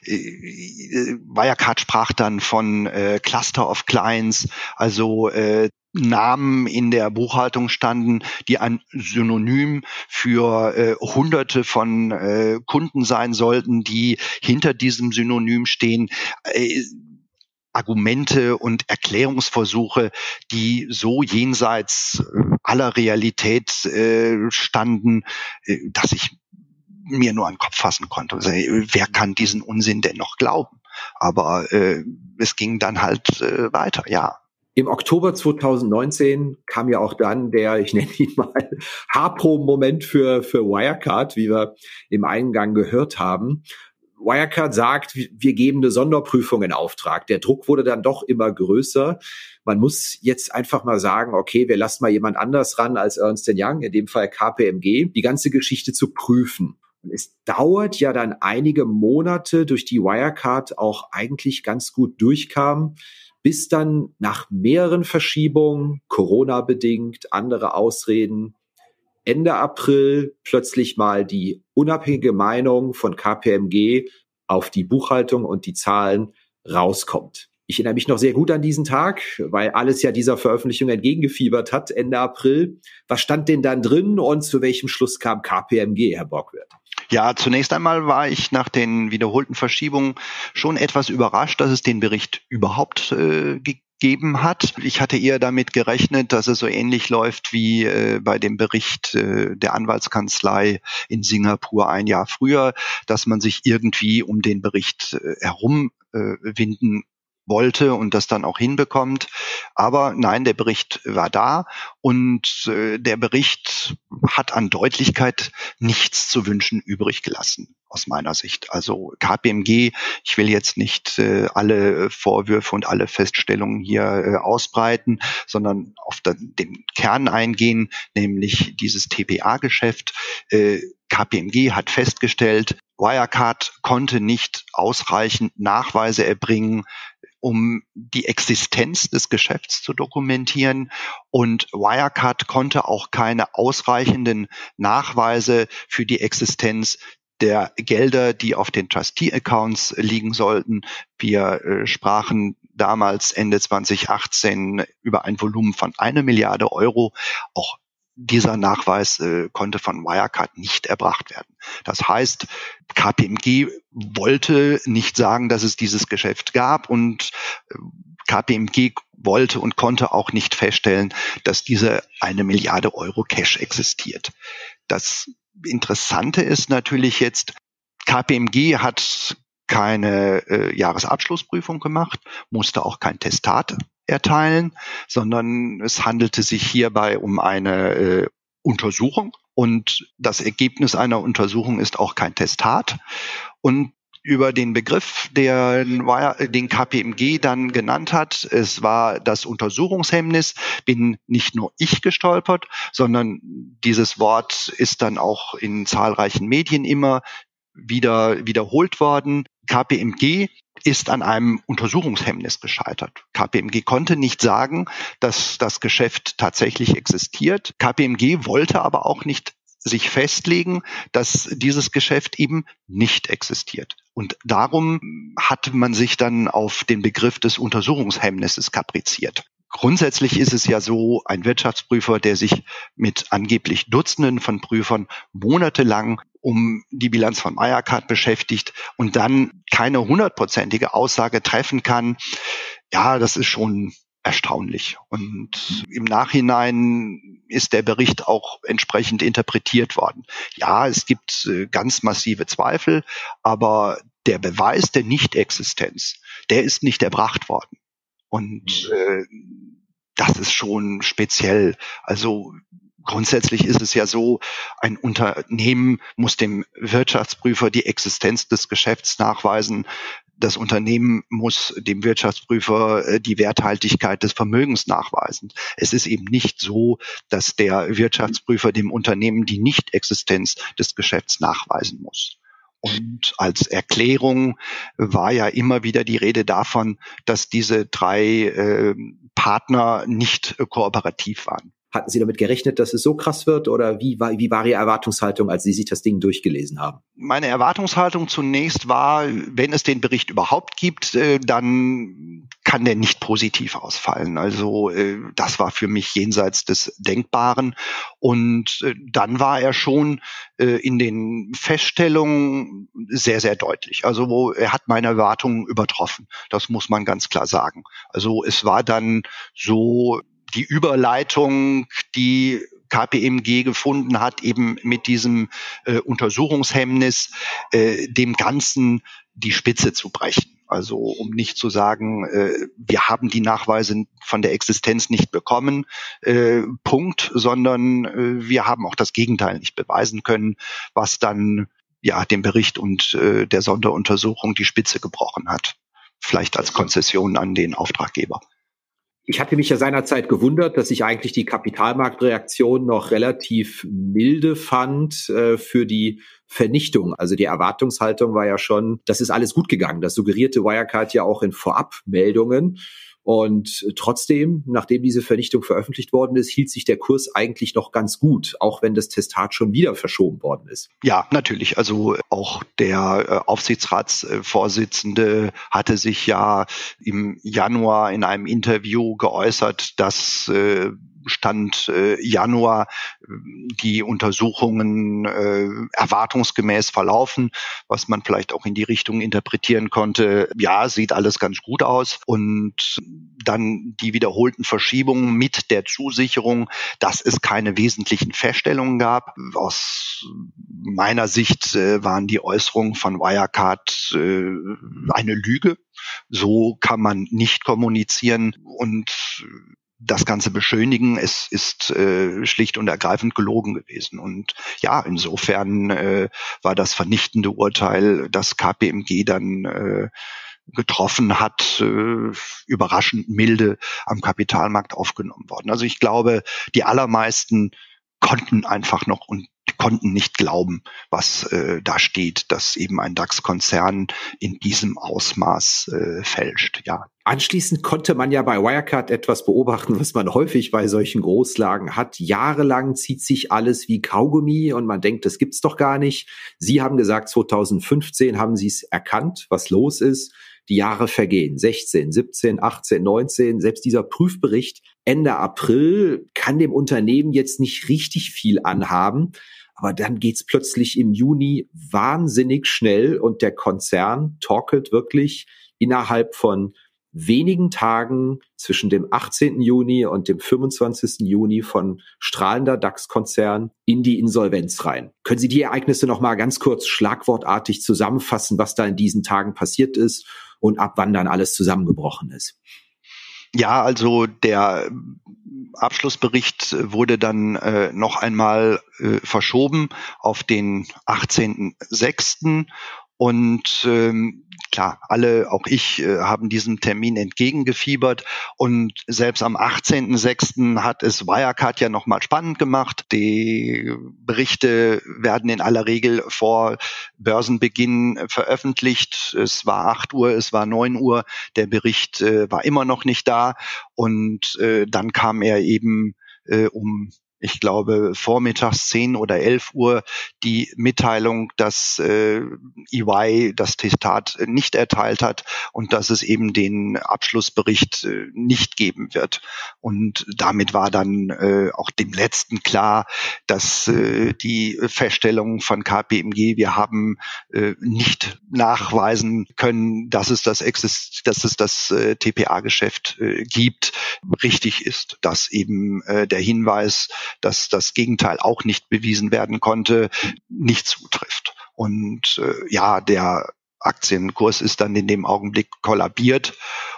Wirecard sprach dann von äh, Cluster of Clients, also äh, Namen in der Buchhaltung standen, die ein Synonym für äh, Hunderte von äh, Kunden sein sollten, die hinter diesem Synonym stehen. Äh, Argumente und Erklärungsversuche, die so jenseits äh, aller Realität äh, standen, äh, dass ich mir nur an den Kopf fassen konnte. Also, wer kann diesen Unsinn denn noch glauben? Aber äh, es ging dann halt äh, weiter, ja. Im Oktober zweitausendneunzehn kam ja auch dann der, ich nenne ihn mal, Haarproben-Moment für, für Wirecard, wie wir im Eingang gehört haben. Wirecard sagt, wir geben eine Sonderprüfung in Auftrag. Der Druck wurde dann doch immer größer. Man muss jetzt einfach mal sagen, okay, wir lassen mal jemand anders ran als Ernst and Young, in dem Fall K P M G, die ganze Geschichte zu prüfen. Und es dauert ja dann einige Monate, durch die Wirecard auch eigentlich ganz gut durchkam, bis dann nach mehreren Verschiebungen, Corona-bedingt, andere Ausreden, Ende April plötzlich mal die unabhängige Meinung von K P M G auf die Buchhaltung und die Zahlen rauskommt. Ich erinnere mich noch sehr gut an diesen Tag, weil alles ja dieser Veröffentlichung entgegengefiebert hat, Ende April. Was stand denn dann drin und zu welchem Schluss kam K P M G, Herr Borgwirth? Ja, zunächst einmal war ich nach den wiederholten Verschiebungen schon etwas überrascht, dass es den Bericht überhaupt äh, gegeben hat. Ich hatte eher damit gerechnet, dass es so ähnlich läuft wie äh, bei dem Bericht äh, der Anwaltskanzlei in Singapur ein Jahr früher, dass man sich irgendwie um den Bericht äh, herumwinden äh, wollte und das dann auch hinbekommt. Aber nein, der Bericht war da und äh, der Bericht hat an Deutlichkeit nichts zu wünschen übrig gelassen, aus meiner Sicht. Also K P M G, ich will jetzt nicht äh, alle Vorwürfe und alle Feststellungen hier äh, ausbreiten, sondern auf den, den Kern eingehen, nämlich dieses T B A-Geschäft. Äh, K P M G hat festgestellt, Wirecard konnte nicht ausreichend Nachweise erbringen, um die Existenz des Geschäfts zu dokumentieren. Und Wirecard konnte auch keine ausreichenden Nachweise für die Existenz der Gelder, die auf den Trustee-Accounts liegen sollten. Wir äh, sprachen damals Ende zwanzig achtzehn über ein Volumen von einer Milliarde Euro. Auch dieser Nachweis äh, konnte von Wirecard nicht erbracht werden. Das heißt, K P M G wollte nicht sagen, dass es dieses Geschäft gab und äh, K P M G wollte und konnte auch nicht feststellen, dass diese eine Milliarde Euro Cash existiert. Das Interessante ist natürlich jetzt, K P M G hat keine äh, Jahresabschlussprüfung gemacht, musste auch kein Testat erteilen, sondern es handelte sich hierbei um eine äh, Untersuchung und das Ergebnis einer Untersuchung ist auch kein Testat. Und über den Begriff, der, den K P M G dann genannt hat, es war das Untersuchungshemmnis, bin nicht nur ich gestolpert, sondern dieses Wort ist dann auch in zahlreichen Medien immer wieder wiederholt worden. K P M G ist an einem Untersuchungshemmnis gescheitert. K P M G konnte nicht sagen, dass das Geschäft tatsächlich existiert. K P M G wollte aber auch nicht sich festlegen, dass dieses Geschäft eben nicht existiert. Und darum hat man sich dann auf den Begriff des Untersuchungshemmnisses kapriziert. Grundsätzlich ist es ja so, ein Wirtschaftsprüfer, der sich mit angeblich Dutzenden von Prüfern monatelang um die Bilanz von Wirecard beschäftigt und dann keine hundertprozentige Aussage treffen kann, ja, das ist schon erstaunlich. Und im Nachhinein ist der Bericht auch entsprechend interpretiert worden. Ja, es gibt äh, ganz massive Zweifel, aber der Beweis der Nichtexistenz, der ist nicht erbracht worden. Und äh, das ist schon speziell. Also grundsätzlich ist es ja so, ein Unternehmen muss dem Wirtschaftsprüfer die Existenz des Geschäfts nachweisen. Das Unternehmen muss dem Wirtschaftsprüfer die Werthaltigkeit des Vermögens nachweisen. Es ist eben nicht so, dass der Wirtschaftsprüfer dem Unternehmen die Nichtexistenz des Geschäfts nachweisen muss. Und als Erklärung war ja immer wieder die Rede davon, dass diese drei äh, Partner nicht äh, kooperativ waren. Hatten Sie damit gerechnet, dass es so krass wird oder wie war, wie war Ihre Erwartungshaltung, als Sie sich das Ding durchgelesen haben? Meine Erwartungshaltung zunächst war, wenn es den Bericht überhaupt gibt, äh, dann kann der nicht positiv ausfallen. Also äh, das war für mich jenseits des Denkbaren. Und äh, dann war er schon äh, in den Feststellungen sehr, sehr deutlich. Also wo, er hat meine Erwartungen übertroffen. Das muss man ganz klar sagen. Also es war dann so die Überleitung, die K P M G gefunden hat, eben mit diesem äh, Untersuchungshemmnis, äh, dem Ganzen die Spitze zu brechen. Also um nicht zu sagen, äh, wir haben die Nachweise von der Existenz nicht bekommen, äh, Punkt, sondern äh, wir haben auch das Gegenteil nicht beweisen können, was dann ja dem Bericht und äh, der Sonderuntersuchung die Spitze gebrochen hat. Vielleicht als Konzession an den Auftraggeber. Ich hatte mich ja seinerzeit gewundert, dass ich eigentlich die Kapitalmarktreaktion noch relativ milde fand äh, für die Vernichtung. Also die Erwartungshaltung war ja schon, das ist alles gut gegangen. Das suggerierte Wirecard ja auch in Vorabmeldungen. Und trotzdem, nachdem diese Vernichtung veröffentlicht worden ist, hielt sich der Kurs eigentlich noch ganz gut, auch wenn das Testat schon wieder verschoben worden ist. Ja, natürlich. Also auch der Aufsichtsratsvorsitzende hatte sich ja im Januar in einem Interview geäußert, dass äh, Stand äh, Januar die Untersuchungen äh, erwartungsgemäß verlaufen, was man vielleicht auch in die Richtung interpretieren konnte. Ja, sieht alles ganz gut aus. Und dann die wiederholten Verschiebungen mit der Zusicherung, dass es keine wesentlichen Feststellungen gab. Aus meiner Sicht äh, waren die Äußerungen von Wirecard äh, eine Lüge. So kann man nicht kommunizieren und das Ganze beschönigen. Es ist äh, schlicht und ergreifend gelogen gewesen. Und ja, insofern äh, war das vernichtende Urteil, das K P M G dann äh, getroffen hat, äh, überraschend milde am Kapitalmarkt aufgenommen worden. Also ich glaube, die allermeisten konnten einfach noch und konnten nicht glauben, was äh, da steht, dass eben ein DAX-Konzern in diesem Ausmaß äh, fälscht. Ja. Anschließend konnte man ja bei Wirecard etwas beobachten, was man häufig bei solchen Großlagen hat. Jahrelang zieht sich alles wie Kaugummi und man denkt, das gibt's doch gar nicht. Sie haben gesagt, zwanzig fünfzehn haben Sie es erkannt, was los ist. Die Jahre vergehen, sechzehn, siebzehn, achtzehn, neunzehn. Selbst dieser Prüfbericht Ende April kann dem Unternehmen jetzt nicht richtig viel anhaben. Aber dann geht's plötzlich im Juni wahnsinnig schnell und der Konzern torkelt wirklich innerhalb von wenigen Tagen zwischen dem achtzehnten Juni und dem fünfundzwanzigsten Juni von strahlender DAX-Konzern in die Insolvenz rein. Können Sie die Ereignisse noch mal ganz kurz schlagwortartig zusammenfassen, was da in diesen Tagen passiert ist und ab wann dann alles zusammengebrochen ist? Ja, also der Abschlussbericht wurde dann äh, noch einmal äh, verschoben auf den achtzehnten sechsten Und ähm, klar, alle, auch ich, äh, haben diesem Termin entgegengefiebert. Und selbst am achtzehnten sechsten hat es Wirecard ja nochmal spannend gemacht. Die Berichte werden in aller Regel vor Börsenbeginn veröffentlicht. Es war acht Uhr, es war neun Uhr. Der Bericht äh, war immer noch nicht da. Und äh, dann kam er eben äh, um ich glaube, vormittags zehn oder elf Uhr die Mitteilung, dass äh, E Y das Testat nicht erteilt hat und dass es eben den Abschlussbericht äh, nicht geben wird. Und damit war dann äh, auch dem Letzten klar, dass äh, die Feststellung von K P M G, wir haben äh, nicht nachweisen können, dass es das, Exist- dass es das äh, T P A-Geschäft äh, gibt, richtig ist. Dass eben äh, der Hinweis, dass das Gegenteil auch nicht bewiesen werden konnte, nicht zutrifft. Und äh, ja, der Aktienkurs ist dann in dem Augenblick kollabiert.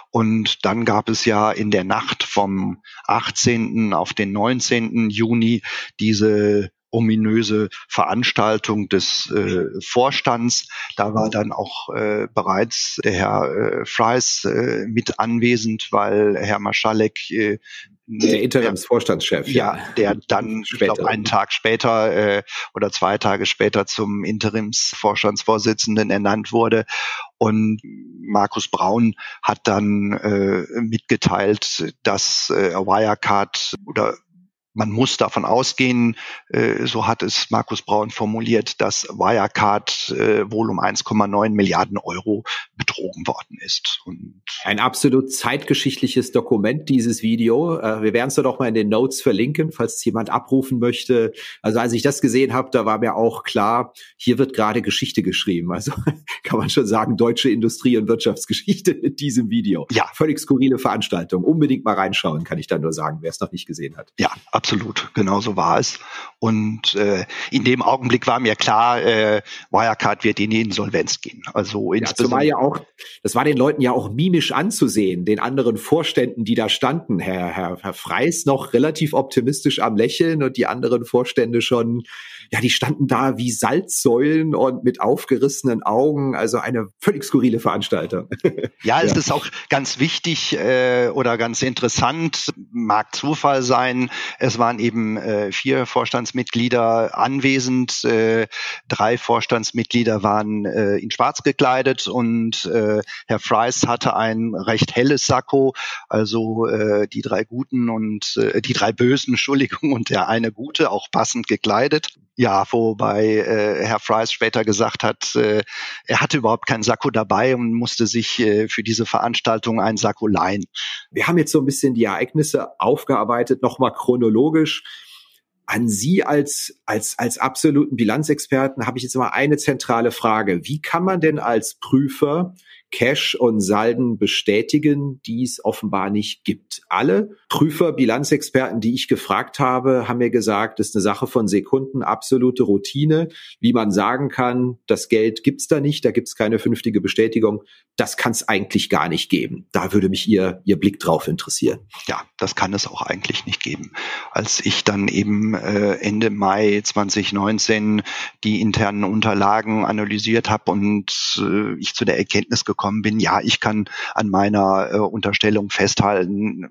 Und dann gab es ja in der Nacht vom achtzehnten auf den neunzehnten Juni diese ominöse Veranstaltung des äh, Vorstands. Da war dann auch äh, bereits der Herr äh, Fries äh, mit anwesend, weil Herr Maschalek äh, der Interimsvorstandschef, ja, ja, der dann, ich glaube, einen Tag später äh, oder zwei Tage später zum Interimsvorstandsvorsitzenden ernannt wurde. Und Markus Braun hat dann äh, mitgeteilt, dass äh, Wirecard oder man muss davon ausgehen, äh, so hat es Markus Braun formuliert, dass Wirecard äh, wohl um eins Komma neun Milliarden Euro betrogen worden ist. Und ein absolut zeitgeschichtliches Dokument, dieses Video. Äh, wir werden es doch mal in den Notes verlinken, falls es jemand abrufen möchte. Also als ich das gesehen habe, da war mir auch klar, hier wird gerade Geschichte geschrieben. Also kann man schon sagen, deutsche Industrie- und Wirtschaftsgeschichte mit diesem Video. Ja. Völlig skurrile Veranstaltung. Unbedingt mal reinschauen, kann ich dann nur sagen, wer es noch nicht gesehen hat. Ja, absolut, genau so war es. Und äh, in dem Augenblick war mir klar, äh, Wirecard wird in die Insolvenz gehen. Also ja, zumal ja auch, das war den Leuten ja auch mimisch anzusehen, den anderen Vorständen, die da standen. Herr, Herr, Herr Fries noch relativ optimistisch am Lächeln und die anderen Vorstände schon ja, die standen da wie Salzsäulen und mit aufgerissenen Augen. Also eine völlig skurrile Veranstaltung. Ja, es ja. ist auch ganz wichtig äh, oder ganz interessant, mag Zufall sein. Es waren eben äh, vier Vorstandsmitglieder anwesend. Äh, drei Vorstandsmitglieder waren äh, in schwarz gekleidet und äh, Herr Fries hatte ein recht helles Sakko. Also äh, die drei Guten und äh, die drei Bösen, Entschuldigung, und der eine Gute, auch passend gekleidet. Ja, wobei äh, Herr Fries später gesagt hat, äh, er hatte überhaupt keinen Sakko dabei und musste sich äh, für diese Veranstaltung einen Sakko leihen. Wir haben jetzt so ein bisschen die Ereignisse aufgearbeitet, nochmal chronologisch. An Sie als, als, als absoluten Bilanzexperten habe ich jetzt mal eine zentrale Frage. Wie kann man denn als Prüfer Cash und Salden bestätigen, die es offenbar nicht gibt? Alle Prüfer, Bilanzexperten, die ich gefragt habe, haben mir gesagt, das ist eine Sache von Sekunden, absolute Routine. Wie man sagen kann, das Geld gibt's da nicht, da gibt's keine vernünftige Bestätigung. Das kann es eigentlich gar nicht geben. Da würde mich Ihr, Ihr Blick drauf interessieren. Ja, das kann es auch eigentlich nicht geben. Als ich dann eben äh, Ende Mai zwanzig neunzehn die internen Unterlagen analysiert habe und äh, ich zu der Erkenntnis gekommen bin, ja, ich kann an meiner äh, Unterstellung festhalten,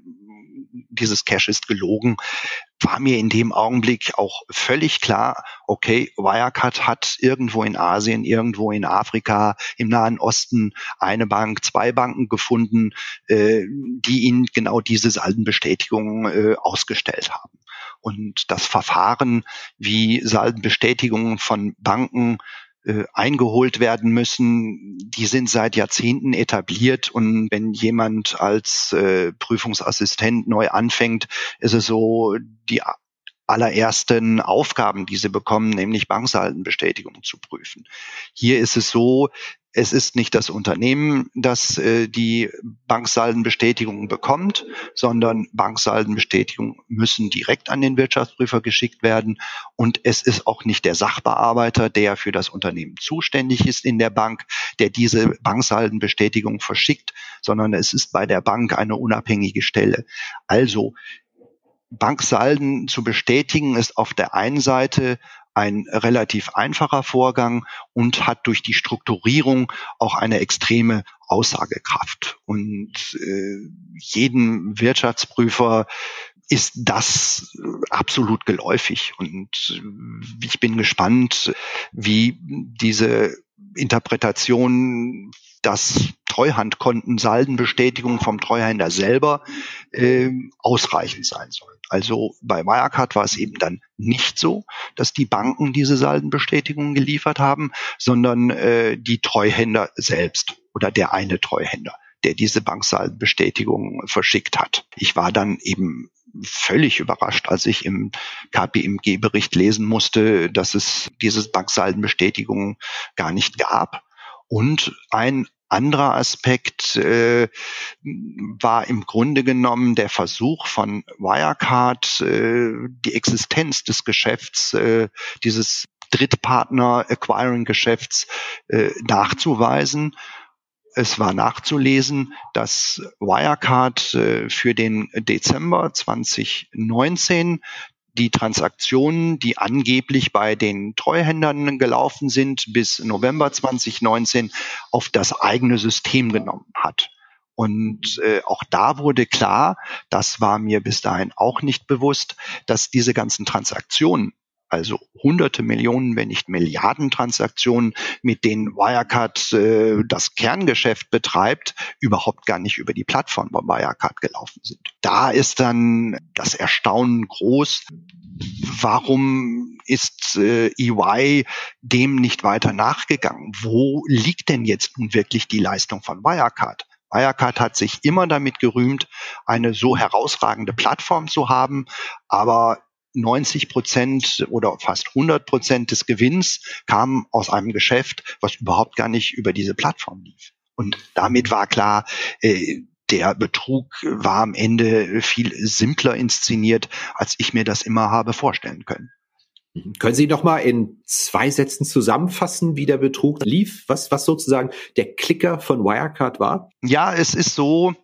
dieses Cash ist gelogen, war mir in dem Augenblick auch völlig klar, okay, Wirecard hat irgendwo in Asien, irgendwo in Afrika, im Nahen Osten eine Bank, zwei Banken gefunden, äh, die ihnen genau diese Saldenbestätigung äh, ausgestellt haben. Und das Verfahren, wie Saldenbestätigungen von Banken äh, eingeholt werden müssen, die sind seit Jahrzehnten etabliert. Und wenn jemand als äh, Prüfungsassistent neu anfängt, ist es so, die allerersten Aufgaben, die sie bekommen, nämlich Banksaldenbestätigungen zu prüfen. Hier ist es so, es ist nicht das Unternehmen, das äh, die Banksaldenbestätigung bekommt, sondern Banksaldenbestätigungen müssen direkt an den Wirtschaftsprüfer geschickt werden. Und es ist auch nicht der Sachbearbeiter, der für das Unternehmen zuständig ist in der Bank, der diese Banksaldenbestätigung verschickt, sondern es ist bei der Bank eine unabhängige Stelle. Also Banksalden zu bestätigen ist auf der einen Seite ein relativ einfacher Vorgang und hat durch die Strukturierung auch eine extreme Aussagekraft. Und äh, jedem Wirtschaftsprüfer ist das absolut geläufig. Und ich bin gespannt, wie diese Interpretation, dass Treuhandkonten Saldenbestätigung vom Treuhänder selber äh, ausreichend sein soll. Also bei Wirecard war es eben dann nicht so, dass die Banken diese Saldenbestätigungen geliefert haben, sondern äh, die Treuhänder selbst oder der eine Treuhänder, der diese Banksaldenbestätigung verschickt hat. Ich war dann eben völlig überrascht, als ich im K P M G-Bericht lesen musste, dass es diese Banksaldenbestätigung gar nicht gab. Und ein anderer Aspekt äh, war im Grunde genommen der Versuch von Wirecard, äh, die Existenz des Geschäfts, äh, dieses Drittpartner-Acquiring-Geschäfts äh, nachzuweisen. Es war nachzulesen, dass Wirecard äh, für den Dezember zwanzig neunzehn die Transaktionen, die angeblich bei den Treuhändern gelaufen sind, bis November zwanzig neunzehn auf das eigene System genommen hat. Und äh, auch da wurde klar, das war mir bis dahin auch nicht bewusst, dass diese ganzen Transaktionen, also hunderte Millionen, wenn nicht Milliarden Transaktionen, mit denen Wirecard äh, das Kerngeschäft betreibt, überhaupt gar nicht über die Plattform bei Wirecard gelaufen sind. Da ist dann das Erstaunen groß. Warum ist äh, E Y dem nicht weiter nachgegangen? Wo liegt denn jetzt nun wirklich die Leistung von Wirecard? Wirecard hat sich immer damit gerühmt, eine so herausragende Plattform zu haben, aber neunzig Prozent oder fast hundert Prozent des Gewinns kamen aus einem Geschäft, was überhaupt gar nicht über diese Plattform lief. Und damit war klar, äh, der Betrug war am Ende viel simpler inszeniert, als ich mir das immer habe vorstellen können. Können Sie noch mal in zwei Sätzen zusammenfassen, wie der Betrug lief? Was, was sozusagen der Klicker von Wirecard war? Ja, es ist so,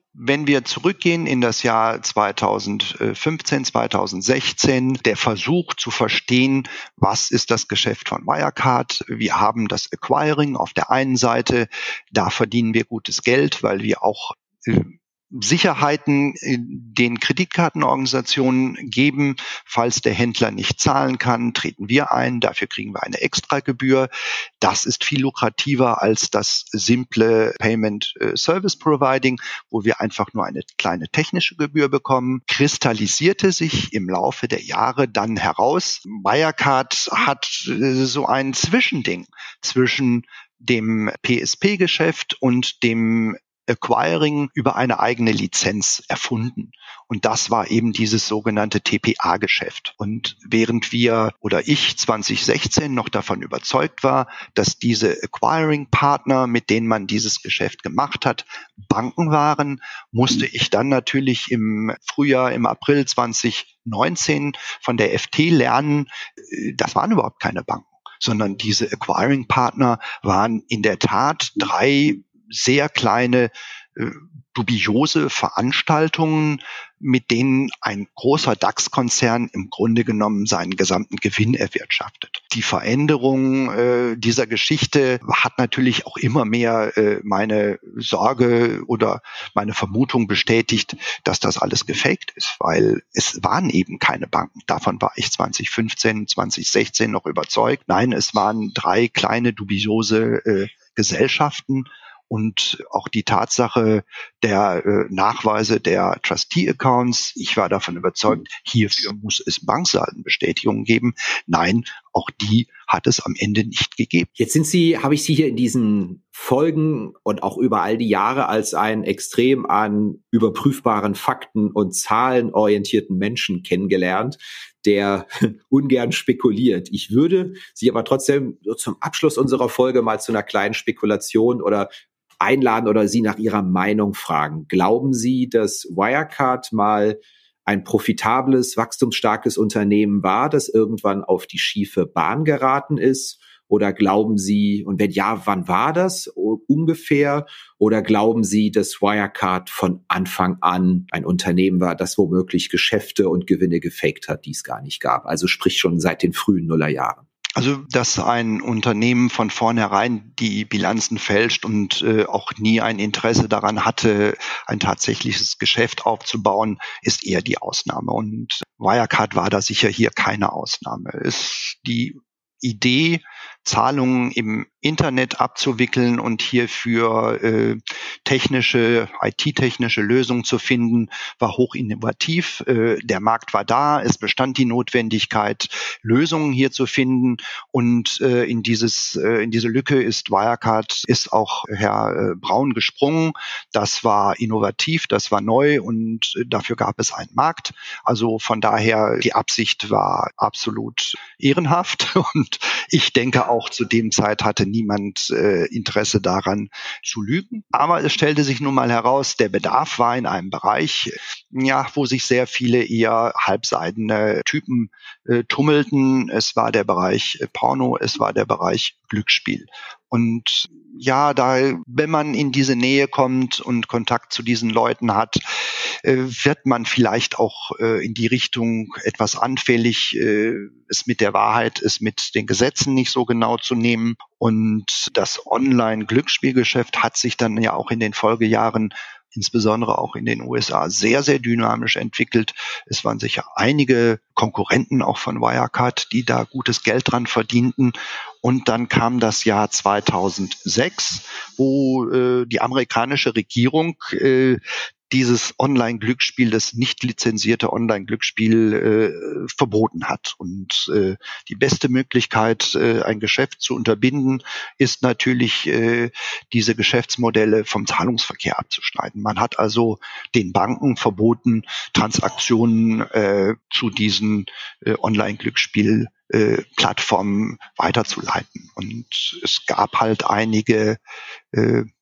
Wenn wir zurückgehen in das Jahr zweitausendfünfzehn, zweitausendsechzehn, der Versuch zu verstehen, was ist das Geschäft von Wirecard? Wir haben das Acquiring auf der einen Seite, da verdienen wir gutes Geld, weil wir auch äh, Sicherheiten den Kreditkartenorganisationen geben. Falls der Händler nicht zahlen kann, treten wir ein. Dafür kriegen wir eine Extragebühr. Das ist viel lukrativer als das simple Payment Service Providing, wo wir einfach nur eine kleine technische Gebühr bekommen. Kristallisierte sich im Laufe der Jahre dann heraus. Wirecard hat so ein Zwischending zwischen dem P S P-Geschäft und dem Acquiring über eine eigene Lizenz erfunden. Und das war eben dieses sogenannte T P A-Geschäft. Und während wir oder ich zwanzig sechzehn noch davon überzeugt war, dass diese Acquiring-Partner, mit denen man dieses Geschäft gemacht hat, Banken waren, musste ich dann natürlich im Frühjahr, im April zwanzig neunzehn von der F T lernen, das waren überhaupt keine Banken, sondern diese Acquiring-Partner waren in der Tat drei sehr kleine, äh, dubiose Veranstaltungen, mit denen ein großer DAX-Konzern im Grunde genommen seinen gesamten Gewinn erwirtschaftet. Die Veränderung äh, dieser Geschichte hat natürlich auch immer mehr äh, meine Sorge oder meine Vermutung bestätigt, dass das alles gefaked ist, weil es waren eben keine Banken. Davon war ich zwanzig fünfzehn, zwanzig sechzehn noch überzeugt. Nein, es waren drei kleine dubiose äh, Gesellschaften. Und auch die Tatsache der äh, Nachweise der Trustee-Accounts, ich war davon überzeugt, hierfür muss es Banksaldenbestätigungen geben. Nein, auch die hat es am Ende nicht gegeben. Jetzt sind Sie, habe ich Sie hier in diesen Folgen und auch über all die Jahre als einen extrem an überprüfbaren Fakten und Zahlen orientierten Menschen kennengelernt, der ungern spekuliert. Ich würde Sie aber trotzdem so zum Abschluss unserer Folge mal zu einer kleinen Spekulation oder einladen oder Sie nach Ihrer Meinung fragen. Glauben Sie, dass Wirecard mal ein profitables, wachstumsstarkes Unternehmen war, das irgendwann auf die schiefe Bahn geraten ist? Oder glauben Sie, und wenn ja, wann war das ungefähr? Oder glauben Sie, dass Wirecard von Anfang an ein Unternehmen war, das womöglich Geschäfte und Gewinne gefaked hat, die es gar nicht gab? Also sprich schon seit den frühen Nullerjahren. Also, dass ein Unternehmen von vornherein die Bilanzen fälscht und äh, auch nie ein Interesse daran hatte, ein tatsächliches Geschäft aufzubauen, ist eher die Ausnahme. Und Wirecard war da sicher hier keine Ausnahme. Ist die Idee, Zahlungen im Internet abzuwickeln und hierfür äh, technische, I T-technische Lösungen zu finden, war hoch innovativ. Äh, der Markt war da, es bestand die Notwendigkeit, Lösungen hier zu finden und äh, in dieses, äh, in diese Lücke ist Wirecard, ist auch Herr äh, Braun gesprungen. Das war innovativ, das war neu und äh, dafür gab es einen Markt. Also von daher, die Absicht war absolut ehrenhaft und ich denke auch zu dem Zeit hatte niemand äh, Interesse daran zu lügen. Aber es stellte sich nun mal heraus, der Bedarf war in einem Bereich, ja, wo sich sehr viele eher halbseidene Typen äh, tummelten. Es war der Bereich äh, Porno, es war der Bereich Glücksspiel. Und ja, da, wenn man in diese Nähe kommt und Kontakt zu diesen Leuten hat, äh, wird man vielleicht auch äh, in die Richtung etwas anfällig, äh, es mit der Wahrheit, es mit den Gesetzen nicht so genau zu nehmen. Und das Online-Glücksspielgeschäft hat sich dann ja auch in den Folgejahren insbesondere auch in den U S A sehr, sehr dynamisch entwickelt. Es waren sicher einige Konkurrenten auch von Wirecard, die da gutes Geld dran verdienten. Und dann kam das Jahr zweitausendsechs, wo äh, die amerikanische Regierung äh, dieses Online-Glücksspiel, das nicht lizenzierte Online-Glücksspiel äh, verboten hat. Und äh, die beste Möglichkeit, äh, ein Geschäft zu unterbinden, ist natürlich, äh, diese Geschäftsmodelle vom Zahlungsverkehr abzuschneiden. Man hat also den Banken verboten, Transaktionen äh, zu diesen äh, Online-Glücksspiel äh, Plattformen weiterzuleiten. Und es gab halt einige äh,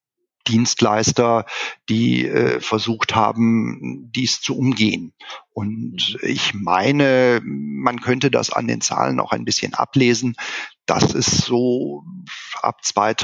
Dienstleister, die äh, versucht haben, dies zu umgehen. Und ich meine, man könnte das an den Zahlen auch ein bisschen ablesen, dass es so ab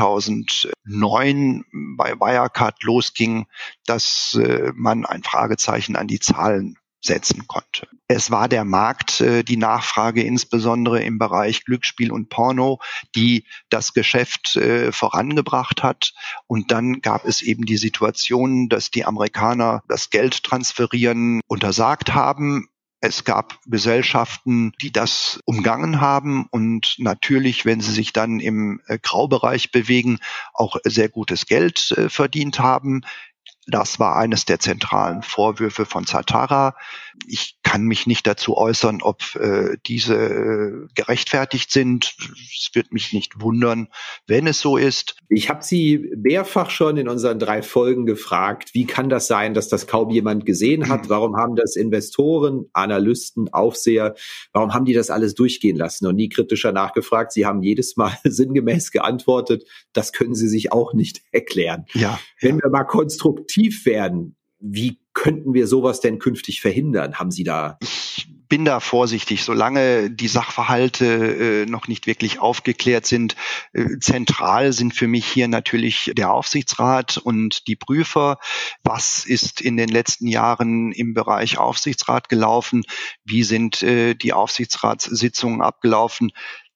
zweitausendneun bei Wirecard losging, dass äh, man ein Fragezeichen an die Zahlen setzen konnte. Es war der Markt, äh, die Nachfrage insbesondere im Bereich Glücksspiel und Porno, die das Geschäft äh, vorangebracht hat. Und dann gab es eben die Situation, dass die Amerikaner das Geld transferieren untersagt haben. Es gab Gesellschaften, die das umgangen haben und natürlich, wenn sie sich dann im äh, Graubereich bewegen, auch sehr gutes Geld äh, verdient haben. Das war eines der zentralen Vorwürfe von Zatara. Ich kann mich nicht dazu äußern, ob äh, diese äh, gerechtfertigt sind. Es wird mich nicht wundern, wenn es so ist. Ich habe Sie mehrfach schon in unseren drei Folgen gefragt, wie kann das sein, dass das kaum jemand gesehen hat? Warum haben das Investoren, Analysten, Aufseher, warum haben die das alles durchgehen lassen und nie kritischer nachgefragt? Sie haben jedes Mal sinngemäß geantwortet, das können Sie sich auch nicht erklären. Ja, Wenn ja. wir mal konstruktiv werden, wie könnten wir sowas denn künftig verhindern? Haben Sie da... Ich bin da vorsichtig, solange die Sachverhalte äh, noch nicht wirklich aufgeklärt sind. Äh, zentral sind für mich hier natürlich der Aufsichtsrat und die Prüfer. Was ist in den letzten Jahren im Bereich Aufsichtsrat gelaufen? Wie sind äh, die Aufsichtsratssitzungen abgelaufen?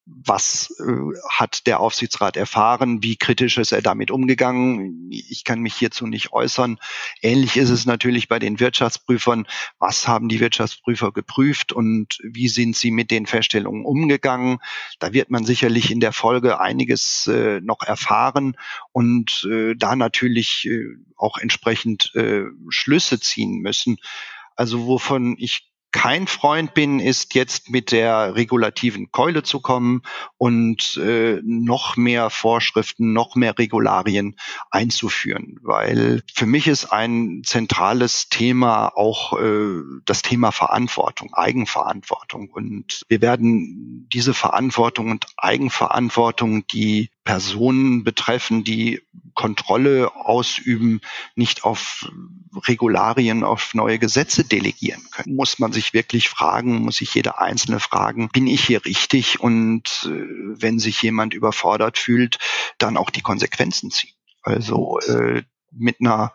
Was äh, hat der Aufsichtsrat erfahren? Wie kritisch ist er damit umgegangen? Ich kann mich hierzu nicht äußern. Ähnlich ist es natürlich bei den Wirtschaftsprüfern. Was haben die Wirtschaftsprüfer geprüft und wie sind sie mit den Feststellungen umgegangen? Da wird man sicherlich in der Folge einiges äh, noch erfahren und äh, da natürlich äh, auch entsprechend äh, Schlüsse ziehen müssen. Also wovon ich kein Freund bin, ist jetzt mit der regulativen Keule zu kommen und äh, noch mehr Vorschriften, noch mehr Regularien einzuführen. Weil für mich ist ein zentrales Thema auch äh, das Thema Verantwortung, Eigenverantwortung. Und wir werden diese Verantwortung und Eigenverantwortung, die Personen betreffen, die Kontrolle ausüben, nicht auf Regularien, auf neue Gesetze delegieren können. Muss man sich wirklich fragen, muss sich jeder Einzelne fragen, bin ich hier richtig? Und äh, wenn sich jemand überfordert fühlt, dann auch die Konsequenzen ziehen. Also äh, mit einer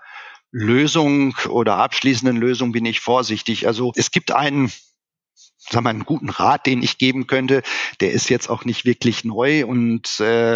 Lösung oder abschließenden Lösung bin ich vorsichtig. Also es gibt einen sagen wir, einen guten Rat, den ich geben könnte, der ist jetzt auch nicht wirklich neu und äh,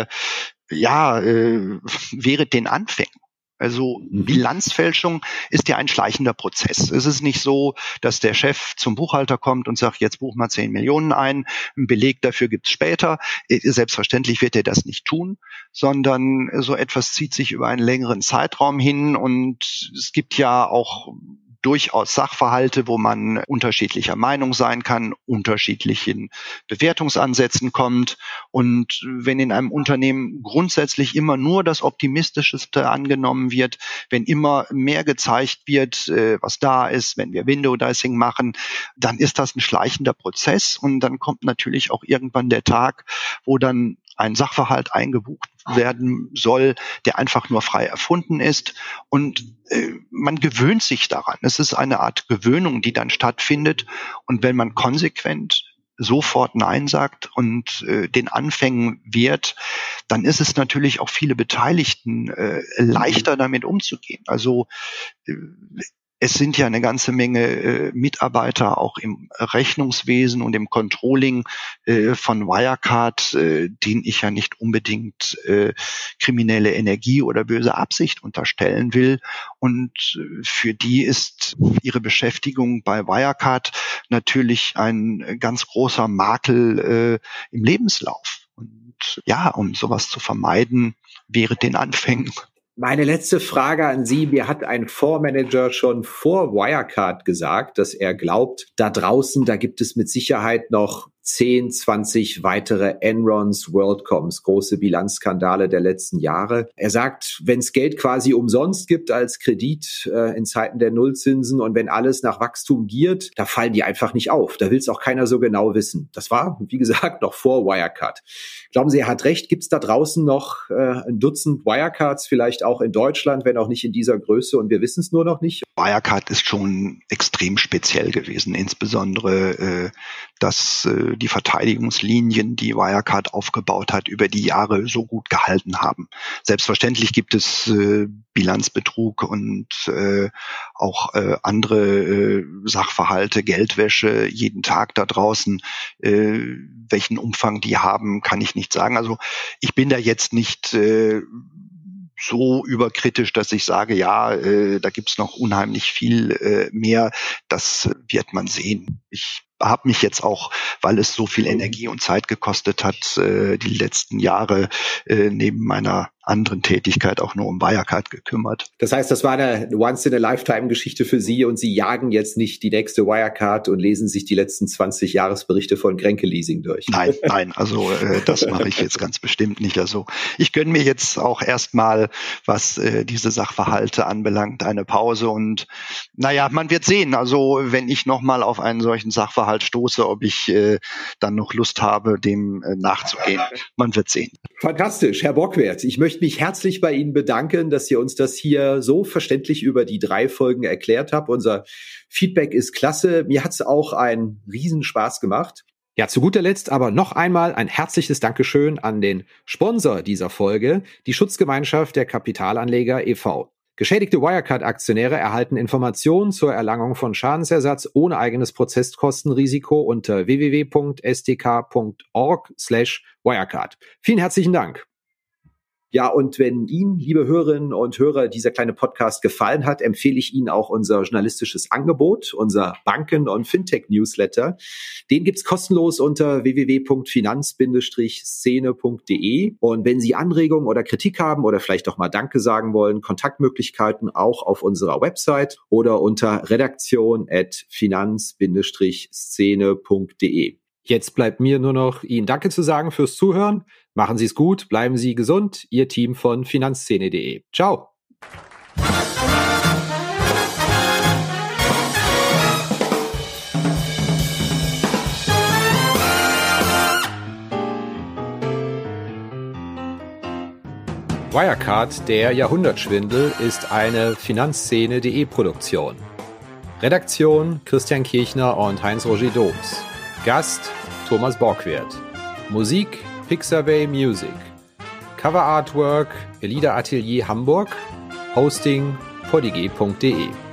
ja, äh, wäre den Anfängen. Also Bilanzfälschung ist ja ein schleichender Prozess. Es ist nicht so, dass der Chef zum Buchhalter kommt und sagt, jetzt buch mal zehn Millionen ein, einen Beleg dafür gibt's später. Selbstverständlich wird er das nicht tun, sondern so etwas zieht sich über einen längeren Zeitraum hin und es gibt ja auch durchaus Sachverhalte, wo man unterschiedlicher Meinung sein kann, unterschiedlichen Bewertungsansätzen kommt. Und wenn in einem Unternehmen grundsätzlich immer nur das Optimistischste angenommen wird, wenn immer mehr gezeigt wird, was da ist, wenn wir Window-Dicing machen, dann ist das ein schleichender Prozess und dann kommt natürlich auch irgendwann der Tag, wo dann ein Sachverhalt eingebucht werden soll, der einfach nur frei erfunden ist. Und äh, man gewöhnt sich daran. Es ist eine Art Gewöhnung, die dann stattfindet. Und wenn man konsequent sofort Nein sagt und äh, den Anfängen wehrt, dann ist es natürlich auch viele Beteiligten äh, leichter damit umzugehen. Also äh, es sind ja eine ganze Menge äh, Mitarbeiter auch im Rechnungswesen und im Controlling äh, von Wirecard, äh, denen ich ja nicht unbedingt äh, kriminelle Energie oder böse Absicht unterstellen will. Und äh, für die ist ihre Beschäftigung bei Wirecard natürlich ein ganz großer Makel äh, im Lebenslauf. Und ja, um sowas zu vermeiden, wäre den Anfängen. Meine letzte Frage an Sie. Mir hat ein Fondsmanager schon vor Wirecard gesagt, dass er glaubt, da draußen, da gibt es mit Sicherheit noch zehn, zwanzig weitere Enrons, WorldComs, große Bilanzskandale der letzten Jahre. Er sagt, wenn es Geld quasi umsonst gibt als Kredit äh, in Zeiten der Nullzinsen und wenn alles nach Wachstum giert, da fallen die einfach nicht auf. Da will es auch keiner so genau wissen. Das war, wie gesagt, noch vor Wirecard. Glauben Sie, er hat recht? Gibt es da draußen noch äh, ein Dutzend Wirecards, vielleicht auch in Deutschland, wenn auch nicht in dieser Größe und wir wissen es nur noch nicht? Wirecard ist schon extrem speziell gewesen, insbesondere äh, dass äh, die Verteidigungslinien, die Wirecard aufgebaut hat, über die Jahre so gut gehalten haben. Selbstverständlich gibt es äh, Bilanzbetrug und äh, auch äh, andere äh, Sachverhalte, Geldwäsche jeden Tag da draußen. Äh, welchen Umfang die haben, kann ich nicht sagen. Also ich bin da jetzt nicht äh, so überkritisch, dass ich sage, ja, äh, da gibt's noch unheimlich viel äh, mehr. Das wird man sehen. Ich habe mich jetzt auch, weil es so viel Energie und Zeit gekostet hat, äh, die letzten Jahre äh, neben meiner anderen Tätigkeit auch nur um Wirecard gekümmert. Das heißt, das war eine Once-in-a-Lifetime-Geschichte für Sie und Sie jagen jetzt nicht die nächste Wirecard und lesen sich die letzten zwanzig Jahresberichte von Grenke Leasing durch. Nein, nein, also äh, das mache ich jetzt ganz bestimmt nicht. Also ich gönne mir jetzt auch erstmal, was äh, diese Sachverhalte anbelangt, eine Pause und naja, man wird sehen. Also wenn ich nochmal auf einen solchen Sachverhalt stoße, ob ich äh, dann noch Lust habe, dem äh, nachzugehen. Man wird sehen. Fantastisch, Herr Bockwert. Ich möchte mich herzlich bei Ihnen bedanken, dass Sie uns das hier so verständlich über die drei Folgen erklärt haben. Unser Feedback ist klasse. Mir hat es auch einen Riesenspaß gemacht. Ja, zu guter Letzt aber noch einmal ein herzliches Dankeschön an den Sponsor dieser Folge, die Schutzgemeinschaft der Kapitalanleger e V Geschädigte Wirecard-Aktionäre erhalten Informationen zur Erlangung von Schadensersatz ohne eigenes Prozesskostenrisiko unter w w w punkt s d k punkt org slash wirecard. Vielen herzlichen Dank. Ja, und wenn Ihnen, liebe Hörerinnen und Hörer, dieser kleine Podcast gefallen hat, empfehle ich Ihnen auch unser journalistisches Angebot, unser Banken- und Fintech-Newsletter. Den gibt's kostenlos unter w w w punkt finanz Bindestrich szene punkt d e. Und wenn Sie Anregungen oder Kritik haben oder vielleicht auch mal Danke sagen wollen, Kontaktmöglichkeiten auch auf unserer Website oder unter redaktion at finanz Bindestrich szene punkt d e. Jetzt bleibt mir nur noch Ihnen Danke zu sagen fürs Zuhören. Machen Sie es gut, bleiben Sie gesund. Ihr Team von finanzszene punkt d e. Ciao. Wirecard, der Jahrhundertschwindel, ist eine finanzszene punkt d e Produktion. Redaktion Christian Kirchner und Heinz-Roger Doms. Gast Thomas Bockwert. Musik Pixabay Music. Cover Artwork Elida Atelier Hamburg. Hosting podige punkt d e.